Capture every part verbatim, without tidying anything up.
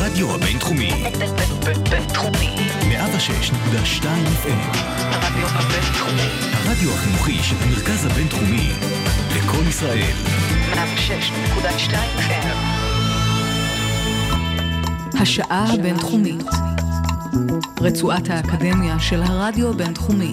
הרדיו הבינתחומי. בינתחומי. מאה ושש נקודה שתיים אף אם. הרדיו הבינתחומי. הרדיו החינוכי של המרכז הבינתחומי. לכל ישראל. מאה ושש נקודה שתיים אף אם. השעה הבינתחומית. רצועת האקדמיה של הרדיו הבינתחומי.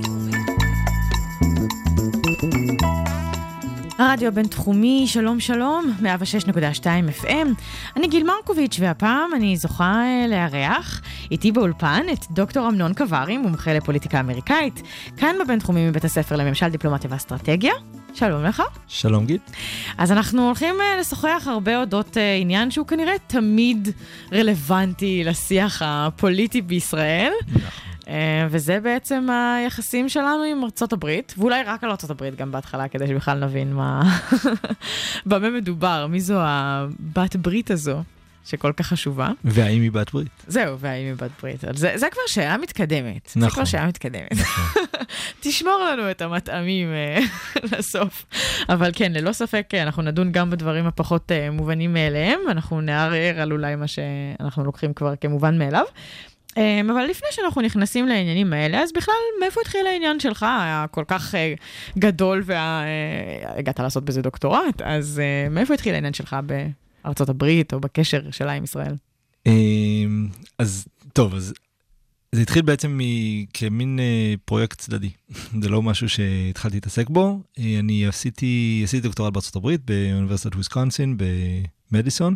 הרדיו הבינתחומי, שלום שלום, מאה ושש נקודה שתיים אף אם. אני גיל מרקוביץ' והפעם אני זוכה לארח איתי באולפן את דוקטור אמנון קווארי, מומחה לפוליטיקה אמריקאית, כאן בבינתחומי מבית הספר לממשל דיפלומטיה ואסטרטגיה. שלום לך. שלום גיל. אז אנחנו הולכים לשוחח הרבה אודות עניין שהוא כנראה תמיד רלוונטי לשיח הפוליטי בישראל. וזה בעצם היחסים שלנו עם ארצות הברית, ואולי רק על ארצות הברית גם בהתחלה, כדי שבכלל נבין מה, במה מדובר, מי זו הבת ברית הזו, שכל כך חשובה. והאם היא בת ברית? זהו, והאם היא בת ברית. זה, זה כבר שאלה מתקדמת. נכון. זה כבר שאלה מתקדמת. נכון. תשמור לנו את המטעמים לסוף. אבל כן, ללא ספק, אנחנו נדון גם בדברים הפחות מובנים מאליהם, אנחנו נערער על אולי מה שאנחנו לוקחים כבר כמובן מאליו. אבל לפני שאנחנו נכנסים לעניינים האלה, אז בכלל, מאיפה התחיל העניין שלך? היה כל כך גדול והגעת לעשות בזה דוקטורט, אז מאיפה התחיל העניין שלך בארצות הברית או בקשר שלה עם ישראל? אז טוב, אז זה התחיל בעצם כמין פרויקט צדדי. זה לא משהו שהתחלתי להתעסק בו. אני עשיתי, עשיתי דוקטורט בארצות הברית, באוניברסיטת וויסקונסין, במדיסון,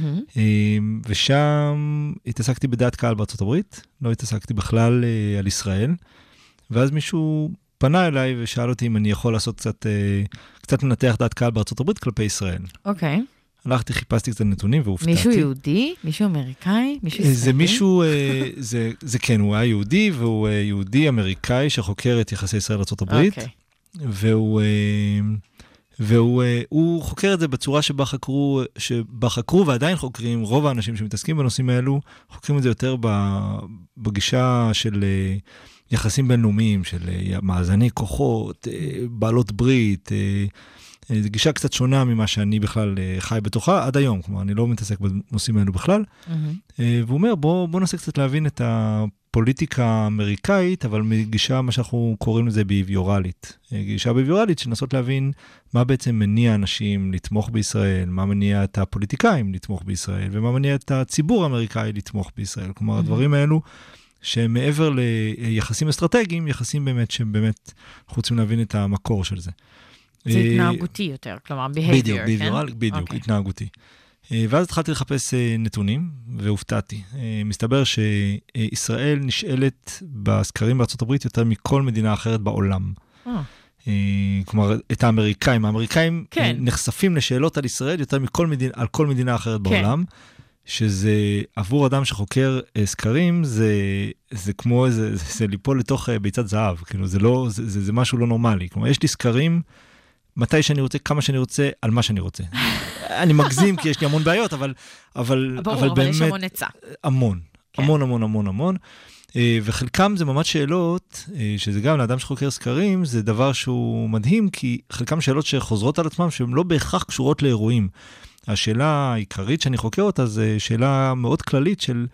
ושם התעסקתי בדעת קהל בארצות הברית, לא התעסקתי בכלל על ישראל, ואז מישהו פנה אליי ושאל אותי אם אני יכול לעשות קצת, קצת לנתח דעת קהל בארצות הברית כלפי ישראל. אוקיי. הלכתי, חיפשתי קצת נתונים והופתעתי. מישהו יהודי? מישהו אמריקאי? מישהו ישראלי? זה מישהו, זה, זה כן, הוא היה יהודי, והוא יהודי אמריקאי שחוקר את יחסי ישראל לארצות הברית, אוקיי. והוא... והוא הוא חוקר את זה בצורה שבה חקרו, שבה חקרו ועדיין חוקרים, רוב האנשים שמתעסקים בנושאים האלו, חוקרים את זה יותר בגישה של יחסים בינלאומיים, של מאזני כוחות, בעלות ברית, זו גישה קצת שונה ממה שאני בכלל חי בתוכה עד היום, כלומר, אני לא מתעסק בנושאים האלו בכלל. Mm-hmm. והוא אומר, בוא, בוא ננסה קצת להבין את הפוליטיקה האמריקאית, אבל מגישה מה שאנחנו קוראים לזה ביביורלית. גישה ביביורלית שנסות להבין מה בעצם מניע אנשים לתמוך בישראל, מה מניע את הפוליטיקאים לתמוך בישראל, ומה מניע את הציבור האמריקאי לתמוך בישראל. כלומר, mm-hmm. הדברים האלו שמעבר ליחסים אסטרטגיים, יחסים באמת שהם באמת, אנחנו רוצים להבין את המקור של זה. זה התנהגותי יותר, כלומר, behavior, בדיוק, כן? בדיוק, okay. התנהגותי. ואז התחלתי לחפש נתונים, והופתעתי. מסתבר שישראל נשאלת בסקרים בארצות הברית יותר מכל מדינה אחרת בעולם. Oh. כלומר, את האמריקאים. האמריקאים כן. נחשפים לשאלות על ישראל יותר מכל מדינה, על כל מדינה אחרת כן. בעולם, שזה עבור אדם שחוקר סקרים, זה, זה כמו איזה, זה, זה ליפול לתוך ביצת זהב. כאילו, זה לא, זה, זה, זה משהו לא נורמלי. כלומר, יש לי סקרים מתי שאני רוצה, כמה שאני רוצה, על מה שאני רוצה. אני מגזים כי יש לי המון בעיות, אבל, אבל, ברור, אבל אבל באמת, יש המון נצא. המון, כן. המון, המון, המון, המון. וחלקם זה ממש שאלות, שזה גם לאדם שחוקר סקרים, זה דבר שהוא מדהים, כי חלקם שאלות שחוזרות על עצמם, שהן לא בהכרח קשורות לאירועים. השאלה העיקרית שאני חוקר אותה, זה שאלה מאוד כללית של,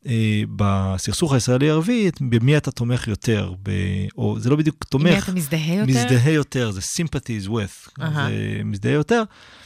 בסכסוך הישראלי-ערבי, במי אתה תומך יותר, ב, או זה לא בדיוק תומך. עם מי אתה מזדהה יותר? מזדהה יותר, זה sympathies with, uh-huh. זה מזדהה יותר,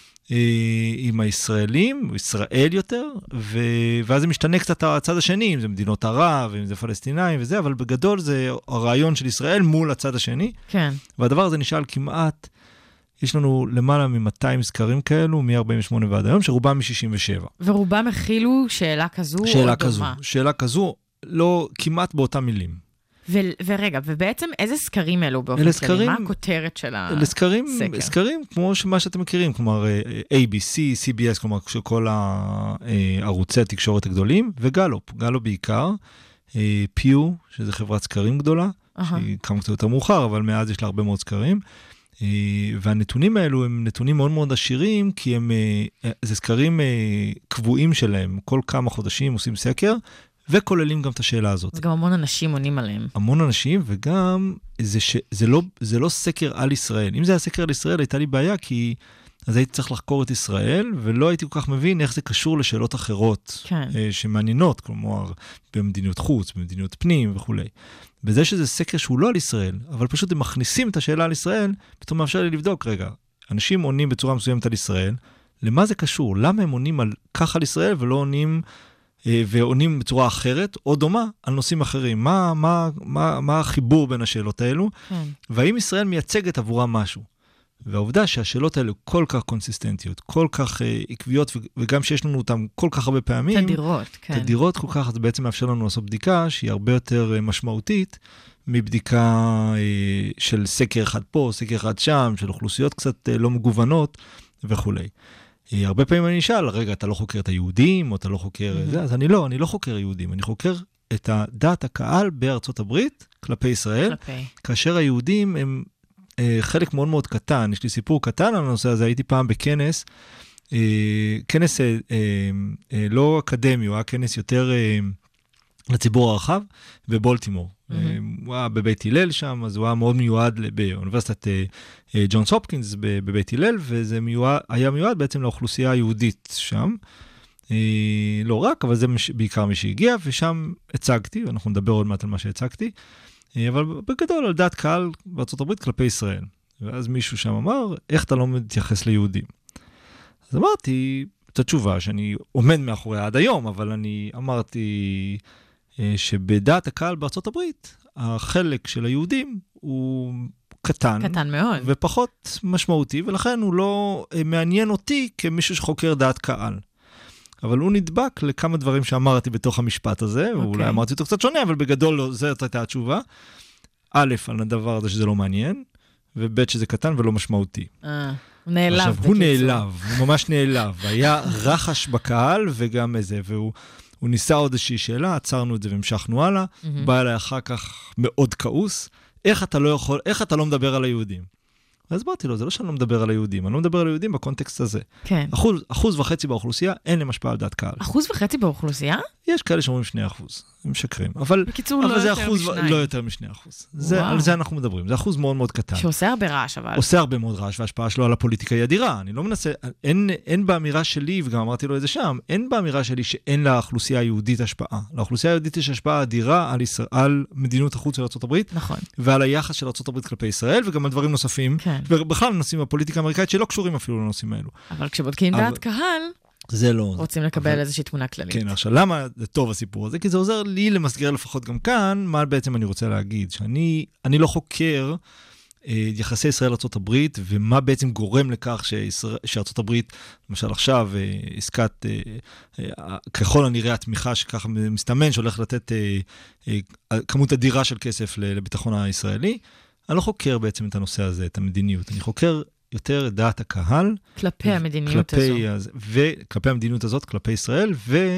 עם הישראלים, ישראל יותר, ו, ואז זה משתנה קצת הצד השני, אם זה מדינות ערב, אם זה פלסטינאים וזה, אבל בגדול זה הרעיון של ישראל מול הצד השני, כן. והדבר הזה נשאל כמעט, יש לנו למעלה מ-מאתיים סקרים כאלו, מ-ארבעים ושמונה ועד היום, שרובם מ-שישים ושבע. ורובם הכילו שאלה כזו שאלה או כזו, דומה? שאלה כזו, לא כמעט באותם מילים. ו- ורגע, ובעצם איזה סקרים אלו באופן כללי? מה הכותרת של הסקר? אלה סקרים, סקרים כמו מה שאתם מכירים, כלומר איי בי סי, סי בי אס, כלומר כל הערוצי התקשורת הגדולים, וגלופ, גלופ בעיקר, פיו, שזה חברת סקרים גדולה, שהיא כמה קצת יותר מאוחר, אבל מאז יש לה הרבה מאוד סקרים, והנתונים האלו הם נתונים מאוד מאוד עשירים, כי הם, זה סקרים קבועים שלהם, כל כמה חודשים עושים סקר, וכוללים גם את השאלה הזאת. אז גם המון אנשים עונים עליהם. המון אנשים, וגם זה, ש, זה, לא, זה לא סקר על ישראל. אם זה היה סקר על ישראל, הייתה לי בעיה, כי אז הייתי צריך לחקור את ישראל, ולא הייתי כל כך מבין איך זה קשור לשאלות אחרות, כן. שמעניינות, כלומר, במדיניות חוץ, במדיניות פנים וכו'. בזה שזה סקר שהוא לא על ישראל, אבל פשוט הם מכניסים את השאלה על ישראל, פתאום מאפשר לי לבדוק, רגע, אנשים עונים בצורה מסוימת על ישראל, למה זה קשור? למה הם עונים על כך על ישראל ולא עונים, ועונים בצורה אחרת, או דומה, על נושאים אחרים? מה, מה, מה, מה החיבור בין השאלות האלו? כן. והאם ישראל מייצגת עבורה משהו? והעובדה שהשאלות האלו כל כך קונסיסטנטיות, כל כך אה, עקביות, וגם שיש לנו אותן כל כך הרבה פעמים, תדירות, כן. תדירות כל כך, זה בעצם מאפשר לנו לעשות בדיקה שהיא הרבה יותר אה, משמעותית, מבדיקה אה, של סקר אחד פה, סקר אחד שם, של אוכלוסיות קצת אה, לא מגוונות וכו'. אה, הרבה פעמים אני אשאל, רגע, אתה לא חוקר את היהודים, או אתה לא חוקר mm-hmm. זה, אז אני לא, אני לא חוקר יהודים, אני חוקר את דעת הקהל בארצות הברית, כלפי ישראל, כלפי. כאשר היהודים הם חלק מאוד מאוד קטן. יש לי סיפור קטן על הנושא הזה, הייתי פעם בכנס, כנס לא אקדמי, הוא היה כנס יותר לציבור הרחב, בבולטימור. הוא היה בבית הלל שם, אז הוא היה מאוד מיועד באוניברסיטת ג'ונס הופקינס בבית הלל, וזה היה מיועד בעצם לאוכלוסייה היהודית שם. לא רק, אבל זה בעיקר מי שהגיע, ושם הצגתי, ואנחנו נדבר עוד מעט על מה שהצגתי, אבל בגדול על דעת קהל בארצות הברית כלפי ישראל. ואז מישהו שם אמר, איך אתה לא מתייחס ליהודים? אז אמרתי, את התשובה שאני עומד מאחוריה עד היום, אבל אני אמרתי שבדעת הקהל בארצות הברית, החלק של היהודים הוא קטן. קטן מאוד. ופחות משמעותי, ולכן הוא לא מעניין אותי כמישהו שחוקר דעת קהל. אבל הוא נדבק לכמה דברים שאמרתי בתוך המשפט הזה, okay. ואולי אמרתי אותו קצת שונה, אבל בגדול לא, זאת הייתה התשובה. א', על הדבר הזה שזה לא מעניין, וב' שזה קטן ולא משמעותי. אה, הוא נעלב. עכשיו, הוא נעלב, הוא ממש נעלב. היה רחש בקהל וגם איזה, והוא הוא ניסה עוד איזושהי שאלה, עצרנו את זה והמשכנו הלאה, mm-hmm. בא אליי אחר כך מאוד כעוס, איך אתה לא יכול, איך אתה לא מדבר על היהודים? אז באתי לו, זה לא שאני לא מדבר על היהודים, אני לא מדבר על היהודים בקונטקסט הזה. כן. אחוז, אחוז וחצי באוכלוסייה, אין להם השפעה על דעת קהל. אחוז וחצי באוכלוסייה? יש כאלה שאומרים שני אחוז, הם משקרים. אבל, בקיצור, אבל לא זה יותר אחוז, משניים. לא יותר משני אחוז. זה, על זה אנחנו מדברים, זה אחוז מאוד מאוד קטן. שעושה הרבה רעש, אבל. עושה הרבה מאוד רעש, וההשפעה שלו על הפוליטיקה היא אדירה. אני לא מנסה, אין, אין באמירה שלי, וגם אמרתי לו את זה שם, אין באמירה שלי שאין לאוכלוסייה היהודית השפעה. לאוכלוסייה היהודית יש השפעה אדירה על, ישראל, על מדיניות החוץ של ארצות הברית, נכון. ועל היחס של ארצות הברית כלפי ישראל, וגם על דברים נוספים, כן. ובכלל נושאים בפוליטיקה האמריקאית שלא קשורים אפילו לנושאים האלו. אבל כשבודקים אבל... דעת קהל, זה לא. רוצים לקבל אבל... איזושהי תמונה כללית. כן, עכשיו, למה זה טוב הסיפור הזה? כי זה עוזר לי למסגר לפחות גם כאן, מה בעצם אני רוצה להגיד, שאני אני לא חוקר אה, יחסי ישראל לארצות הברית, ומה בעצם גורם לכך שישראל, שארצות הברית, למשל עכשיו, אה, עסקת, אה, אה, ככל הנראה התמיכה שככה מסתמן, שהולך לתת אה, אה, כמות אדירה של כסף לביטחון הישראלי, אני לא חוקר בעצם את הנושא הזה, את המדיניות. אני חוקר יותר דעת הקהל. כלפי המדיניות כלפי, הזו. וכלפי המדיניות הזאת, כלפי ישראל,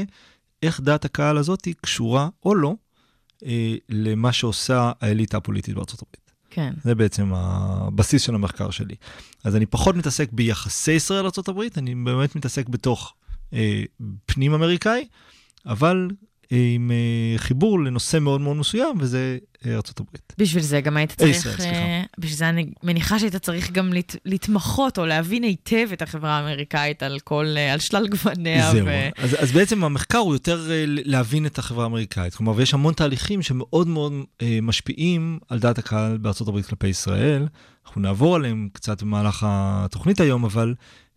ואיך דעת הקהל הזאת היא קשורה או לא, אה, למה שעושה האליטה הפוליטית בארצות הברית. כן. זה בעצם הבסיס של המחקר שלי. אז אני פחות מתעסק ביחסי ישראל לארצות הברית, אני באמת מתעסק בתוך אה, פנים אמריקאי, אבל עם חיבור לנושא מאוד מאוד מסוים, וזה ארצות הברית. בשביל זה גם היית צריך, בשביל זה אני מניחה שהיית צריך גם להתמחות, או להבין היטב את החברה האמריקאית על כל, על שלל גווניה. זהו. אז, אז בעצם המחקר הוא יותר להבין את החברה האמריקאית. כלומר, ויש המון תהליכים שמאוד מאוד משפיעים על דעת הקהל בארצות הברית כלפי ישראל. אנחנו נעבור עליהם קצת במהלך התוכנית היום, אבל,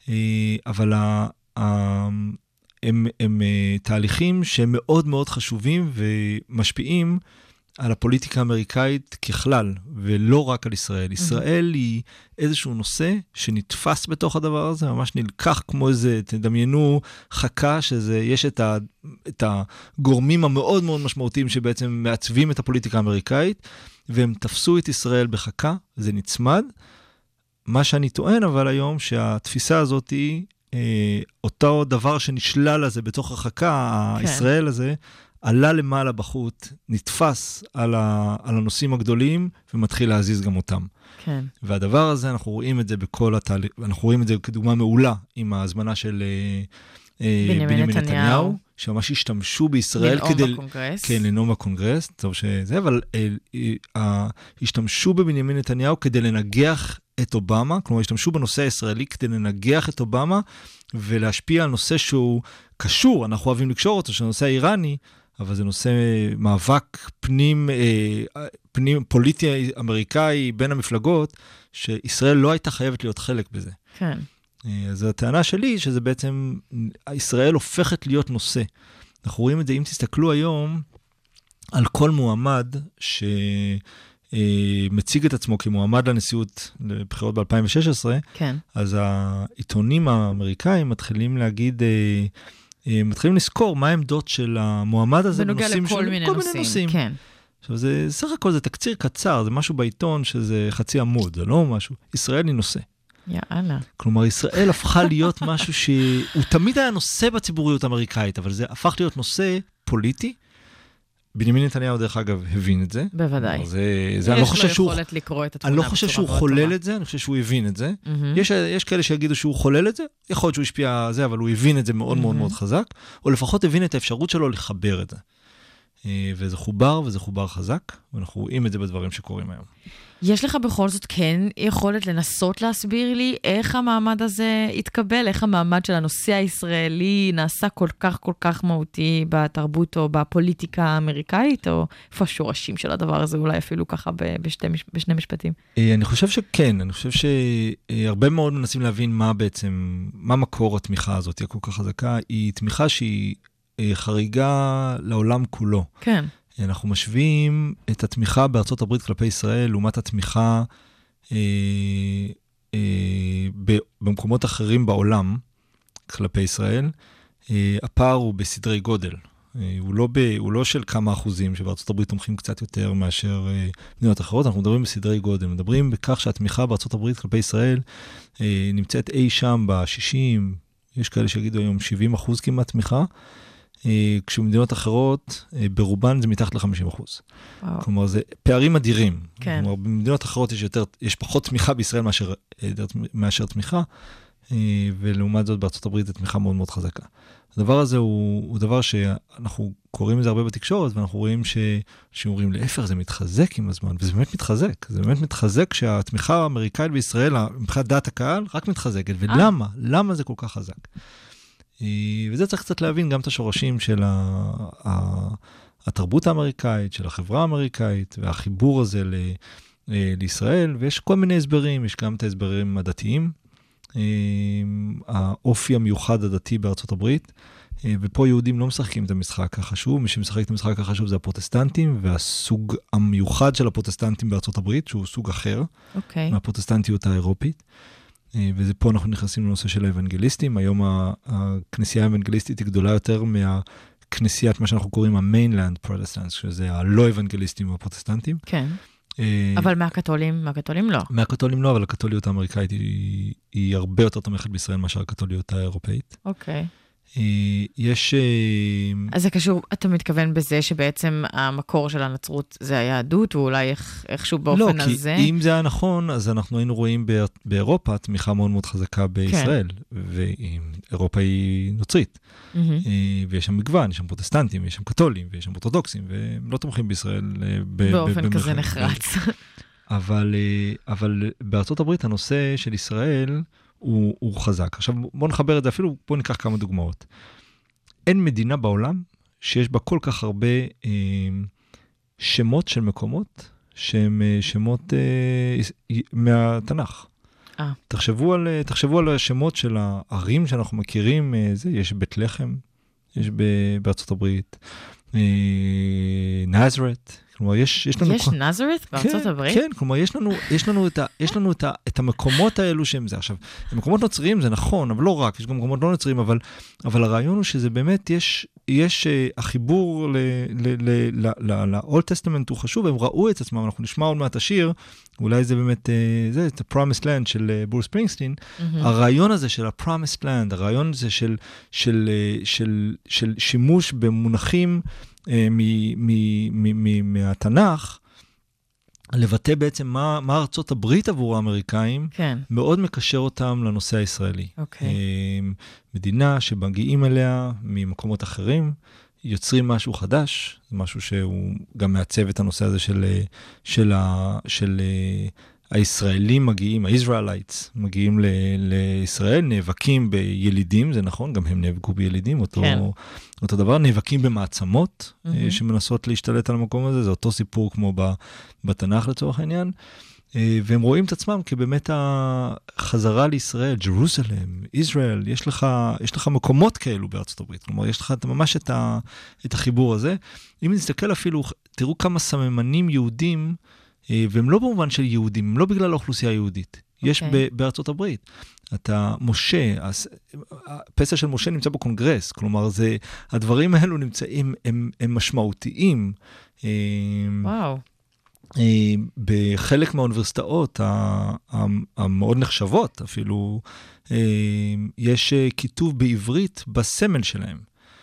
אבל ה... הם, הם uh, תהליכים שהם מאוד מאוד חשובים ומשפיעים על הפוליטיקה האמריקאית ככלל, ולא רק על ישראל. ישראל היא איזשהו נושא שנתפס בתוך הדבר הזה, ממש נלקח כמו איזה, תדמיינו חכה, שזה, יש את, ה, את הגורמים המאוד מאוד משמעותיים שבעצם מעצבים את הפוליטיקה האמריקאית, והם תפסו את ישראל בחכה, זה נצמד. מה שאני טוען אבל היום, שהתפיסה הזאת היא, אותו דבר שנשלל הזה בתוך החכה, כן. הישראל הזה, עלה למעלה בחוט, נתפס על, ה, על הנושאים הגדולים, ומתחיל להזיז גם אותם. כן. והדבר הזה, אנחנו רואים את זה בכל התהליך, אנחנו רואים את זה כדוגמה מעולה, עם ההזמנה של בנימין נתניהו, שממש השתמשו בישראל כדי... לנאום בקונגרס. כן, לנאום בקונגרס, טוב שזה, אבל השתמשו בבנימין נתניהו כדי לנגח את אובמה, כלומר, השתמשו בנושא הישראלי כדי לנגח את אובמה, ולהשפיע על נושא שהוא קשור, אנחנו אוהבים לקשור אותו, שזה נושא האיראני, אבל זה נושא מאבק פנים, פנים פוליטי אמריקאי בין המפלגות, שישראל לא הייתה חייבת להיות חלק בזה. כן. אז הטענה שלי, שזה בעצם, ישראל הופכת להיות נושא. אנחנו רואים את זה, אם תסתכלו היום, על כל מועמד שמציג את עצמו כמועמד לנשיאות לבחירות ב-אלפיים ושש עשרה, כן. אז העיתונים האמריקאים מתחילים להגיד, מתחילים לזכור מה העמדות של המועמד הזה. בנוגע לכל מיני נושאים. כן. עכשיו, זה, סך הכל זה תקציר קצר, זה משהו בעיתון שזה חצי עמוד, זה לא משהו. ישראל היא נושא. יאללה. כלומר, ישראל הפכה להיות משהו שהוא תמיד היה נושא בציבוריות האמריקאית, אבל זה הפך להיות נושא פוליטי. בנימין נתניהו, דרך אגב, הבין את זה. בוודאי. זה, זה, אני לא חושב שהוא, לקרוא את התמונה אני לא חושב שהוא חולל את זה, אני חושב שהוא הבין את זה. Mm-hmm. יש, יש כאלה שיגידו שהוא חולל את זה, יכול להיות שהוא השפיע על זה, אבל הוא הבין את זה מאוד mm-hmm. מאוד מאוד חזק, או לפחות הבין את האפשרות שלו לחבר את זה. וזה חובר, וזה חובר חזק, ואנחנו רואים את זה בדברים שקורים היום. יש לך בכל זאת כן יכולת לנסות להסביר לי איך המעמד הזה התקבל, איך המעמד של הנושא הישראלי נעשה כל כך כל כך מהותי בתרבות או בפוליטיקה האמריקאית, או איפה השורשים של הדבר הזה, אולי אפילו ככה בשתי, בשני משפטים? אני חושב שכן, אני חושב שהרבה מאוד מנסים להבין מה בעצם, מה מקור התמיכה הזאת, היא כל כך חזקה, היא תמיכה שהיא חריגה לעולם כולו. כן. אנחנו משווים את התמיכה בארצות הברית כלפי ישראל, לעומת התמיכה אה, אה, במקומות אחרים בעולם כלפי ישראל. אה, הפער הוא בסדרי גודל. אה, הוא, לא ב, הוא לא של כמה אחוזים, שבארצות הברית תומכים קצת יותר מאשר אה, מדינות אחרות. אנחנו מדברים בסדרי גודל. מדברים בכך שהתמיכה בארצות הברית כלפי ישראל אה, נמצאת אי שם ב-שישים, יש כאלה שיגידו היום שבעים אחוז כמעט תמיכה, כשבמדינות אחרות, ברובן זה מתחת ל-חמישים אחוז. וואו. כלומר, זה פערים אדירים. כן. כלומר, במדינות אחרות יש יותר, יש פחות תמיכה בישראל מאשר, מאשר תמיכה, ולעומת זאת בארצות הברית זה תמיכה מאוד מאוד חזקה. הדבר הזה הוא, הוא דבר שאנחנו קוראים את זה הרבה בתקשורת, ואנחנו רואים ש, שאומרים להפך, זה מתחזק עם הזמן, וזה באמת מתחזק. זה באמת מתחזק שהתמיכה האמריקאית בישראל, מבחינת דעת הקהל, רק מתחזקת. ולמה? למה זה כל כך חזק? וזה צריך קצת להבין גם את השורשים של התרבות האמריקאית, של החברה האמריקאית, והחיבור הזה לישראל, ויש כל מיני הסברים, יש גם את ההסברים הדתיים, האופי המיוחד הדתי בארצות הברית, ופה יהודים לא משחקים את המשחק החשוב, מי שמשחק את המשחק החשוב זה הפרוטסטנטים, והסוג המיוחד של הפרוטסטנטים בארצות הברית, שהוא סוג אחר, okay. מהפרוטסטנטיות האירופית. וזה פה אנחנו נכנסים לנושא של האבנגליסטים. היום הכנסייה האבנגליסטית היא גדולה יותר מהכנסיית, מה שאנחנו קוראים המיינלנד פרוטסטנטס, שזה הלא אבנגליסטים והפרוטסטנטים. כן. אבל מהקתולים, מהקתולים לא. מהקתולים לא, אבל הקתוליות האמריקאית היא, היא הרבה יותר תומכת בישראל מאשר הקתוליות האירופאית. אוקיי. יש... אז זה קשור, אתה מתכוון בזה שבעצם המקור של הנצרות זה היהדות, ואולי איכשהו באופן לא, הזה? לא, כי אם זה היה נכון, אז אנחנו היינו רואים באירופה תמיכה מאוד מאוד חזקה בישראל, כן. ואירופה היא נוצרית, mm-hmm. ויש שם מגוון, יש שם פרוטסטנטים, יש שם קתולים, ויש שם אורתודוקסים, והם לא תומכים בישראל. באופן ב- כזה נחרץ. אבל, אבל בארצות הברית הנושא של ישראל, הוא, הוא חזק. עכשיו בואו נחבר את זה, אפילו בואו ניקח כמה דוגמאות. אין מדינה בעולם שיש בה כל כך הרבה אה, שמות של מקומות, שהם אה, שמות אה, מהתנ"ך. אה. תחשבו על, תחשבו על השמות של הערים שאנחנו מכירים, אה, זה, יש בית לחם, יש בארצות הברית, אה, נזרת, כלומר, יש, יש לנו... יש נזרת בארצות הברית? כן, כלומר, יש לנו, יש לנו, את, ה, יש לנו את, ה, את המקומות האלו שהם זה. עכשיו, המקומות נוצריים זה נכון, אבל לא רק, יש גם מקומות לא נוצריים, אבל, אבל הרעיון הוא שזה באמת, יש, יש uh, החיבור ל-Old Testament הוא חשוב, הם ראו את עצמם, אנחנו נשמע עוד מעט השיר, אולי זה באמת, uh, זה, את ה-Promised Land של בור ספרינגסטין, mm-hmm. הרעיון הזה של ה-Promised Land, הרעיון הזה של, של, של, של, של שימוש במונחים, מהתנ"ך, לבטא בעצם מה, מה ארצות הברית עבור האמריקאים, כן. מאוד מקשר אותם לנושא הישראלי. אוקיי. מדינה שמגיעים אליה ממקומות אחרים, יוצרים משהו חדש, משהו שהוא גם מעצב את הנושא הזה של, של, ה, של הישראלים מגיעים, ה-Israelites מגיעים ל, לישראל, נאבקים בילידים, זה נכון, גם הם נאבקו בילידים, אותו, כן. אותו דבר, נאבקים במעצמות mm-hmm. שמנסות להשתלט על המקום הזה, זה אותו סיפור כמו בתנ"ך לצורך העניין, והם רואים את עצמם כבאמת החזרה לישראל, ג'רוסלם, ישראל, יש לך, יש לך מקומות כאלו בארצות הברית, כלומר, יש לך ממש את, ה, את החיבור הזה. אם נסתכל אפילו, תראו כמה סממנים יהודים, והם לא במובן של יהודים, הם לא בגלל האוכלוסייה היהודית. Okay. יש ב, בארצות הברית. אתה, משה, הפסע של משה נמצא בקונגרס, כלומר, זה, הדברים האלו נמצאים, הם, הם משמעותיים. וואו. Wow. בחלק מהאוניברסיטאות המאוד נחשבות, אפילו יש כיתוב בעברית בסמל שלהם.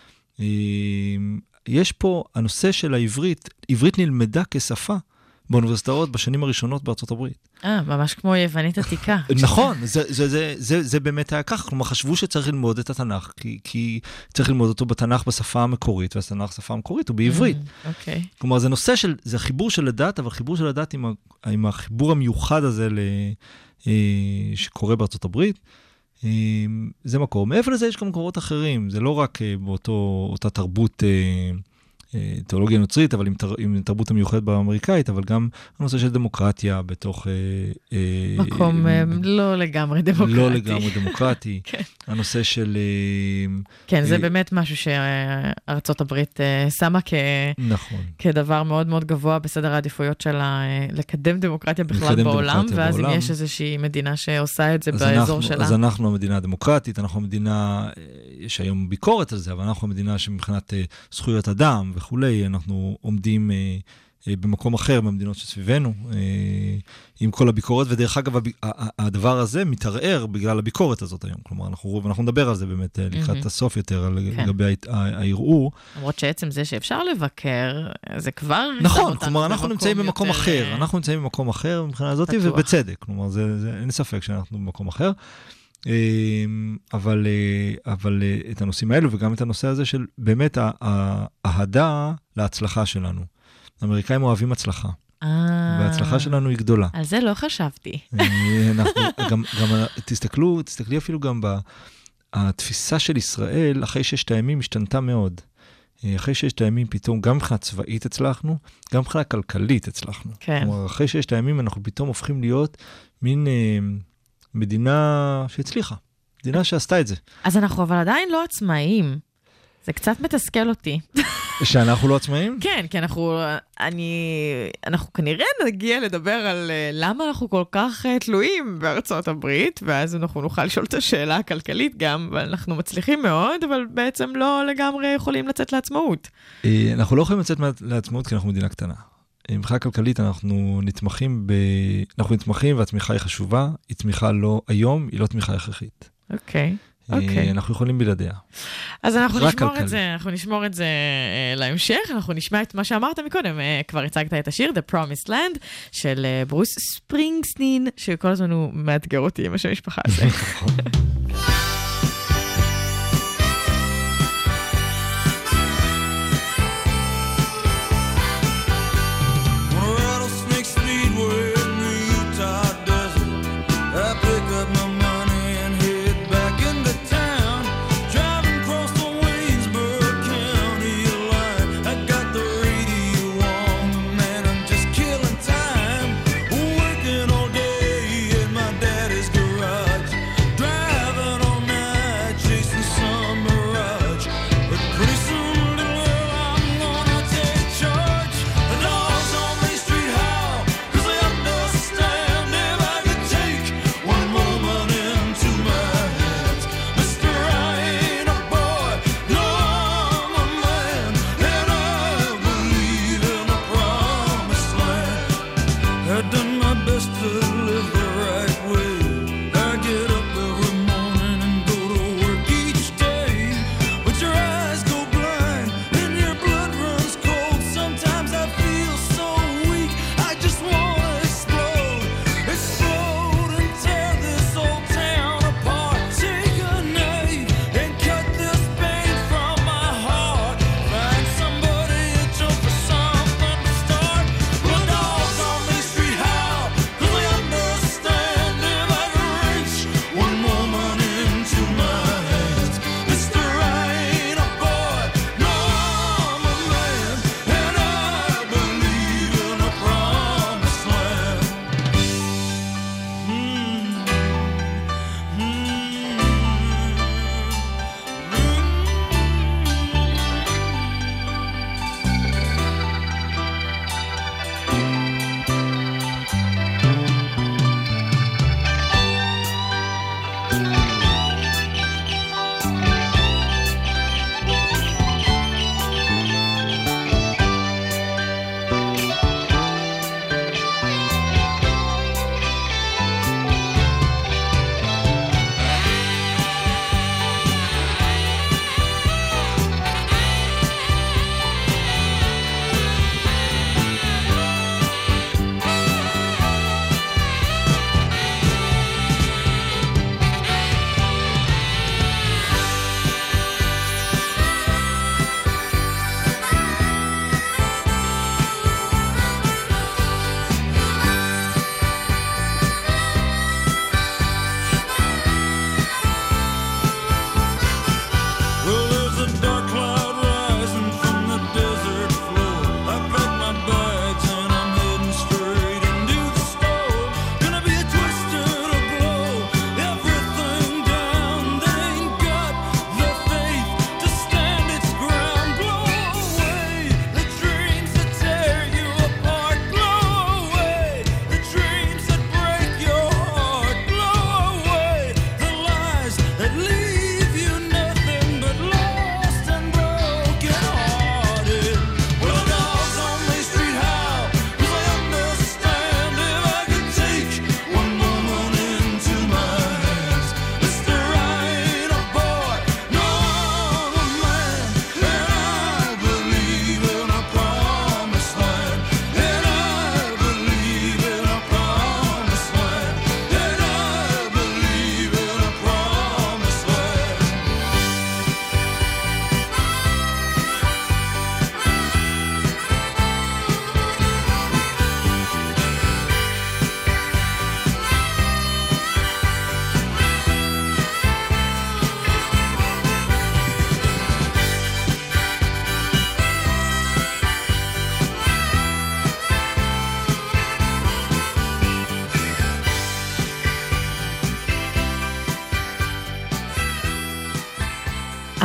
יש פה הנושא של העברית, עברית נלמדה כשפה באוניברסיטאות בשנים הראשונות בארצות הברית. אה, ממש כמו יוונית עתיקה. נכון, זה, זה, זה, זה, זה באמת היה כך, כלומר חשבו שצריך ללמוד את התנ"ך, כי, כי צריך ללמוד אותו בתנ"ך בשפה המקורית, והתנ"ך בשפה המקורית הוא בעברית. אוקיי. כלומר זה נושא של, זה חיבור של הדת, אבל חיבור של הדת עם, ה, עם החיבור המיוחד הזה ל, שקורה בארצות הברית, זה מקור. מעבר לזה יש גם מקורות אחרים, זה לא רק באותו, אותה תרבות תיאולוגיה נוצרית, אבל עם, תר, עם תרבות המיוחדת באמריקאית, אבל גם הנושא של דמוקרטיה בתוך... מקום אה, לא לגמרי דמוקרטי. לא לגמרי דמוקרטי. כן. הנושא של... כן, זה באמת משהו שארצות הברית שמה כ... נכון. כדבר מאוד מאוד גבוה בסדר העדיפויות שלה, לקדם דמוקרטיה בכלל בעולם, ואז בעולם. אם יש איזושהי מדינה שעושה את זה באזור אנחנו, שלה. אז אנחנו המדינה הדמוקרטית, אנחנו המדינה, יש היום ביקורת על זה, אבל אנחנו המדינה שמבחינת זכויות אדם וכולי, אנחנו עומדים אה, אה, במקום אחר במדינות שסביבנו, אה, עם כל הביקורת, ודרך אגב, הב, הדבר הזה מתערער בגלל הביקורת הזאת היום. כלומר, אנחנו, אנחנו נדבר על זה באמת mm-hmm. לקראת הסוף יותר, על כן. לגבי הערעור. למרות שעצם זה שאפשר לבקר, זה כבר... נכון, כלומר, אנחנו נמצאים במקום יותר... אחר, אנחנו נמצאים במקום אחר מבחינה הזאת, פתוח. ובצדק. כלומר, זה, זה, אין ספק שאנחנו במקום אחר. אבל, אבל את הנושאים האלו וגם את הנושא הזה של באמת ההדה להצלחה שלנו. האמריקאים אוהבים הצלחה. וההצלחה שלנו היא גדולה. על זה לא חשבתי. אנחנו, גם, גם, תסתכלו, תסתכלי אפילו גם בתפיסה של ישראל, אחרי ששת הימים השתנתה מאוד. אחרי ששת הימים פתאום, גם מבחינה צבאית הצלחנו, גם מבחינה כלכלית הצלחנו. כן. כלומר, אחרי ששת הימים אנחנו פתאום הופכים להיות מין... מדינה שהצליחה, מדינה שעשתה את זה. אז אנחנו אבל עדיין לא עצמאיים. זה קצת מתסכל אותי. שאנחנו לא עצמאיים? כן, כי אנחנו, אני, אנחנו כנראה נגיע לדבר על למה אנחנו כל כך תלויים בארצות הברית, ואז אנחנו נוכל לשאול את השאלה הכלכלית גם, ואנחנו מצליחים מאוד, אבל בעצם לא לגמרי יכולים לצאת לעצמאות. אנחנו לא יכולים לצאת לעצמאות כי אנחנו מדינה קטנה. מבחינה כלכלית אנחנו נתמכים ב... אנחנו נתמכים והתמיכה היא חשובה, היא תמיכה לא היום, היא לא תמיכה הכרחית. אוקיי, אוקיי. אנחנו יכולים בלעדיה. אז אנחנו נשמור את זה, אנחנו נשמור את זה להמשך, אנחנו נשמע את מה שאמרת מקודם, כבר הצגת את השיר, The Promised Land, של ברוס ספרינגסטין, שכל הזמן הוא מאתגר אותי עם השם המשפחה הזה. Driving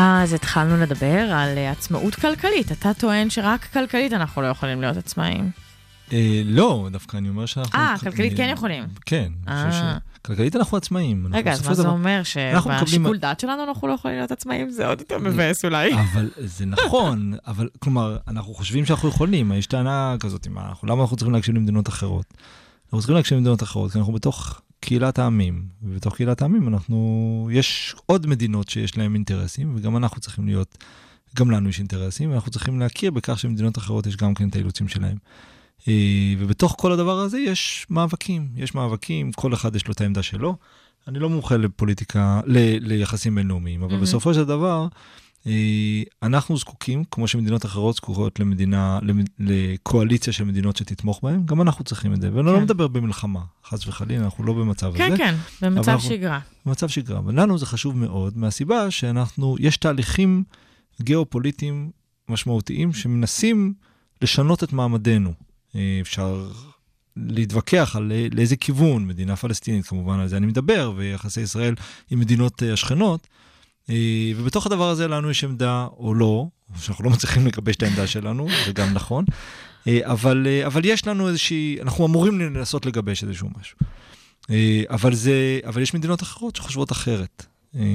אז התחלנו לדבר על עצמאות כלכלית. אתה טוען שרק כלכלית אנחנו לא יכולים להיות עצמאים. לא, דווקא אני אומר שאנחנו... אה, כלכלית כן יכולים. כן, כלכלית אנחנו עצמאים. רגע, אז מה זה אומר? שבשיקול דעת שלנו אנחנו לא יכולים להיות עצמאים? זה עוד יותר מבאס אולי. אבל זה נכון, אבל כלומר, אנחנו חושבים שאנחנו יכולים, יש טענה כזאת, למה אנחנו צריכים להקשיב למדינות אחרות? אנחנו צריכים להקשיב למדינות אחרות, כי אנחנו בתוך קהילת העמים, ובתוך קהילת העמים אנחנו, יש עוד מדינות שיש להם אינטרסים, וגם אנחנו צריכים להיות, גם לנו יש אינטרסים, ואנחנו צריכים להכיר בכך שמדינות אחרות יש גם כן את האילוצים שלהם. ובתוך כל הדבר הזה יש מאבקים, יש מאבקים, כל אחד יש לו את העמדה שלו. אני לא מומחה לפוליטיקה, ל- ליחסים בינלאומיים, אבל mm-hmm. בסופו של דבר, אנחנו זקוקים, כמו שמדינות אחרות זקוקות למדינה, לקואליציה של מדינות שתתמוך בהם, גם אנחנו צריכים את זה. ואני כן. לא מדבר במלחמה, חס וחלילה, אנחנו לא במצב כן, הזה. כן, כן, במצב שגרה. במצב שגרה. ולנו זה חשוב מאוד, מהסיבה שאנחנו, יש תהליכים גיאופוליטיים משמעותיים, שמנסים לשנות את מעמדנו. אפשר להתווכח על לאיזה כיוון, מדינה פלסטינית כמובן, על זה אני מדבר, ויחסי ישראל עם מדינות השכנות, ובתוך הדבר הזה לנו יש עמדה או לא, שאנחנו לא מצליחים לגבש את העמדה שלנו, זה גם נכון, אבל, אבל יש לנו איזושהי, אנחנו אמורים לנסות לגבש איזשהו משהו. אבל זה, אבל יש מדינות אחרות שחושבות אחרת,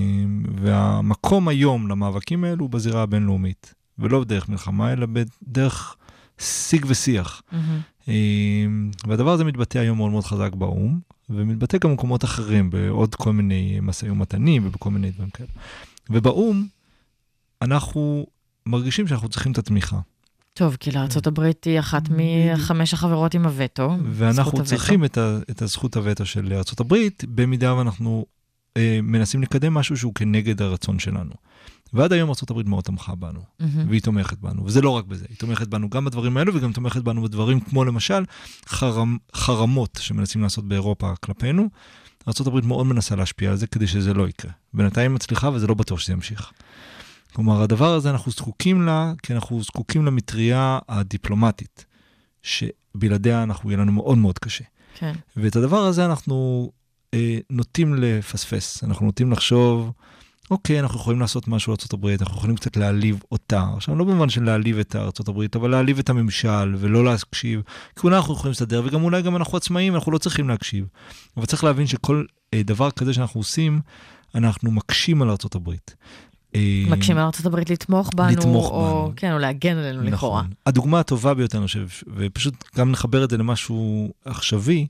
והמקום היום למאבקים האלו הוא בזירה הבינלאומית, ולא בדרך מלחמה, אלא בדרך שיג ושיח. Mm-hmm. והדבר הזה מתבטא היום מאוד מאוד חזק באום, ומתבטא גם במקומות אחרים, בעוד כל מיני מסעים ומתנים, ובכל מיני דברים כאלה. ובאום, אנחנו מרגישים שאנחנו צריכים את התמיכה. טוב, כי לארצות הברית היא אחת מחמש החברות עם הווטו. ואנחנו צריכים את, ה, את הזכות הווטו של ארצות הברית, במידה ואנחנו אה, מנסים לקדם משהו שהוא כנגד הרצון שלנו. ועד היום ארצות הברית מאוד תמכה בנו, mm-hmm. והיא תומכת בנו, וזה לא רק בזה, היא תומכת בנו גם בדברים האלו, וגם תומכת בנו בדברים כמו למשל חרמ, חרמות שמנסים לעשות באירופה כלפינו. ארצות הברית מאוד מנסה להשפיע על זה כדי שזה לא יקרה. בינתיים מצליחה וזה לא בטוח שזה ימשיך. כלומר, הדבר הזה אנחנו זקוקים לה, כי אנחנו זקוקים למטריה הדיפלומטית, שבלעדיה אנחנו יהיה לנו מאוד מאוד קשה. כן. ואת הדבר הזה אנחנו אה, נוטים לפספס, אנחנו נוטים לחשוב, אוקיי, אנחנו יכולים לעשות משהו לארצות הברית, אנחנו יכולים קצת להעליב אותה. עכשיו, לא במובן של להעליב את ארצות הברית, אבל להעליב את הממשל ולא להקשיב, כי אולי אנחנו יכולים לסדר, וגם אולי גם אנחנו עצמאים, אנחנו לא צריכים להקשיב. אבל צריך להבין שכל אה, דבר כזה שאנחנו עושים, אנחנו מקשים על ארצות הברית. מקשים על ארצות הברית לתמוך בנו, לתמוך או, בנו. כן, או להגן עלינו נכון. לכאורה. הדוגמה הטובה ביותר, אני חושב, ופשוט גם נחבר את זה למשהו עכשווי,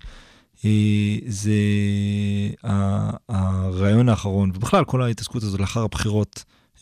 זה הרעיון האחרון, ובכלל כל ההתעסקות הזו לאחר הבחירות,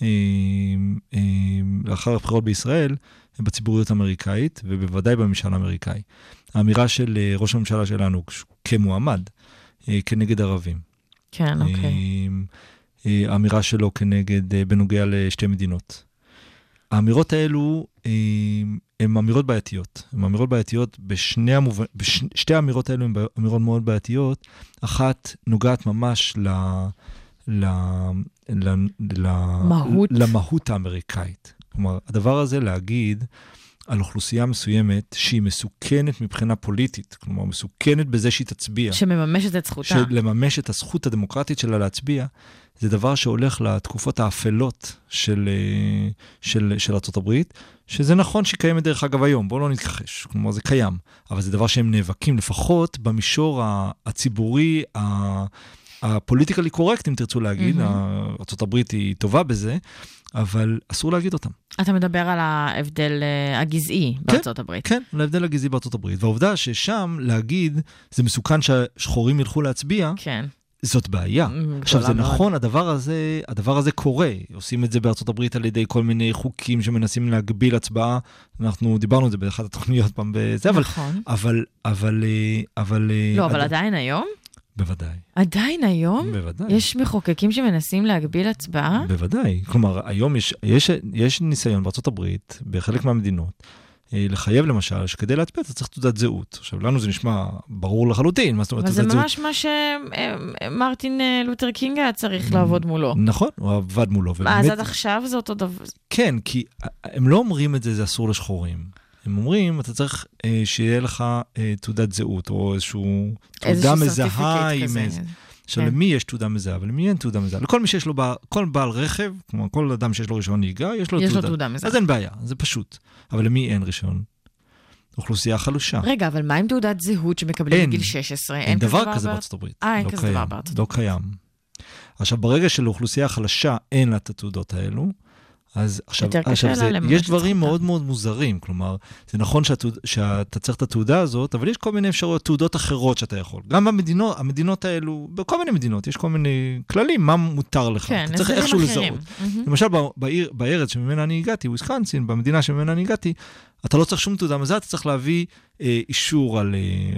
לאחר הבחירות בישראל, בציבוריות האמריקאית, ובוודאי בממשל האמריקאי. האמירה של ראש הממשלה שלנו כמועמד, כנגד ערבים. כן, אוקיי. האמירה שלו כנגד, בנוגע לשתי מדינות. האמירות האלו הן אמירות בעייתיות. הן אמירות בעייתיות בשני המובן, בשתי האמירות האלו הן אמירות מאוד בעייתיות. אחת נוגעת ממש ל, ל, ל, ל, מהות. למהות האמריקאית. כלומר, הדבר הזה להגיד על אוכלוסייה מסוימת שהיא מסוכנת מבחינה פוליטית, כלומר, מסוכנת בזה שהיא תצביע. שמממשת את זכותה. שלממש את הזכות הדמוקרטית שלה להצביע, זה דבר שהולך לתקופות האפלות של, של, של ארצות הברית, שזה נכון שהיא קיימת דרך אגב היום, בואו לא נתכחש, כלומר זה קיים, אבל זה דבר שהם נאבקים לפחות במישור הציבורי, הפוליטיקלי קורקט, אם תרצו להגיד, mm-hmm. ארצות הברית היא טובה בזה, אבל אסור להגיד אותם. אתה מדבר על ההבדל הגזעי בארצות הברית. כן, על ההבדל הגזעי בארצות הברית, והעובדה ששם להגיד, זה מסוכן שהשחורים ילכו להצביע, כן. זאת בעיה. עכשיו, זה נכון, הדבר הזה, הדבר הזה קורה. עושים את זה בארצות הברית על ידי כל מיני חוקים שמנסים להגביל הצבעה. אנחנו דיברנו על זה באחת התוכניות פעם בזה, אבל, אבל, אבל, אבל... לא, אבל עדיין היום? בוודאי. עדיין היום? בוודאי. יש מחוקקים שמנסים להגביל הצבעה? בוודאי. כלומר, היום יש, יש, יש ניסיון בארצות הברית, בחלק מהמדינות, לחייב למשל, שכדי להצביע אתה צריך תעודת זהות. עכשיו, לנו זה נשמע ברור לחלוטין, מה זאת אומרת תעודת זהות. אבל זה ממש מה שמרטין לותר קינג היה צריך לעבוד מולו. נכון, הוא עבד מולו. אז עד עכשיו זה אותו דבר. כן, כי הם לא אומרים את זה, זה אסור לשחורים. הם אומרים, אתה צריך שיהיה לך תעודת זהות, או איזשהו תעודה מזהה עם איזה. עכשיו, כן. למי יש תעודה מזהה, ולמי אין תעודה מזהה? לכל מי שיש לו, כל בעל רכב, כמו כל אדם שיש לו רישיון נהיגה, יש לו יש תעודה. לו תעודה מזהה. אז אין בעיה, זה פשוט. אבל למי אין רישיון? אוכלוסייה חלושה. רגע, אבל מה עם תעודת זהות שמקבלים בגיל שש עשרה? אין דבר כזה בארצות הברית. אה, אין כזה דבר בארצות הברית. לא קיים. עכשיו, ברגע שלאוכלוסייה חלשה אין לה את התעודות האלו, אז עכשיו, עכשיו זה, יש דברים מאוד מאוד מוזרים, כלומר, זה נכון שהתעוד, שאתה צריך את התעודה הזאת, אבל יש כל מיני אפשרויות, תעודות אחרות שאתה יכול. גם במדינות, המדינות האלו, בכל מיני מדינות, יש כל מיני כללים, מה מותר לך. כן, אתה צריך איכשהו לזהות. למשל, בעיר, בארץ שממנה אני הגעתי, וויסקונסין, במדינה שממנה אני הגעתי, אתה לא צריך שום תעודה מזהה, אתה צריך להביא אה, אישור על אה,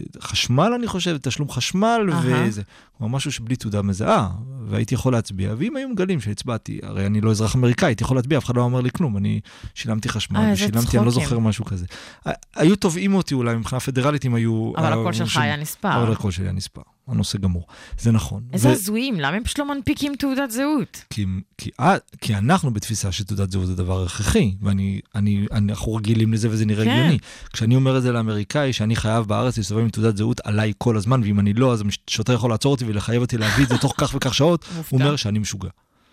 חשמל, אני חושב, תשלום חשמל uh-huh. וזה. כלומר, משהו שבלי תעודה מזהה, והייתי יכול להצביע, ואם היו מגלים שהצבעתי, הרי אני לא אזרח אמריקאי, הייתי יכול להצביע, אף אחד לא אומר לי כלום, אני שילמתי חשמל, אה, ושילמתי, אני לא זוכר משהו כזה. היו תובעים אותי אולי, מבחינה פדרלית, אם היו... אבל הקול שלך היה נספר. אבל הקול שלי היה נספר. הנושא גמור. זה נכון. איזה הזויים, למה הם פשוט לא מנפיקים תעודת זהות? כי, כי, כי אנחנו בתפיסה שתעודת זהות זה דבר הכרחי, ואני, אני, אנחנו רגילים לזה וזה נראה הגיוני. כן. כשאני אומר את זה לאמריקאי, שאני חייב בארץ להסתובב עם תעודת זהות עליי כל הזמן, ואם אני לא, אז שוטר יכול לעצור אותי ולחייב אותי להביא את זה תוך כך וכך שעות, הוא אומר שאני משוגע.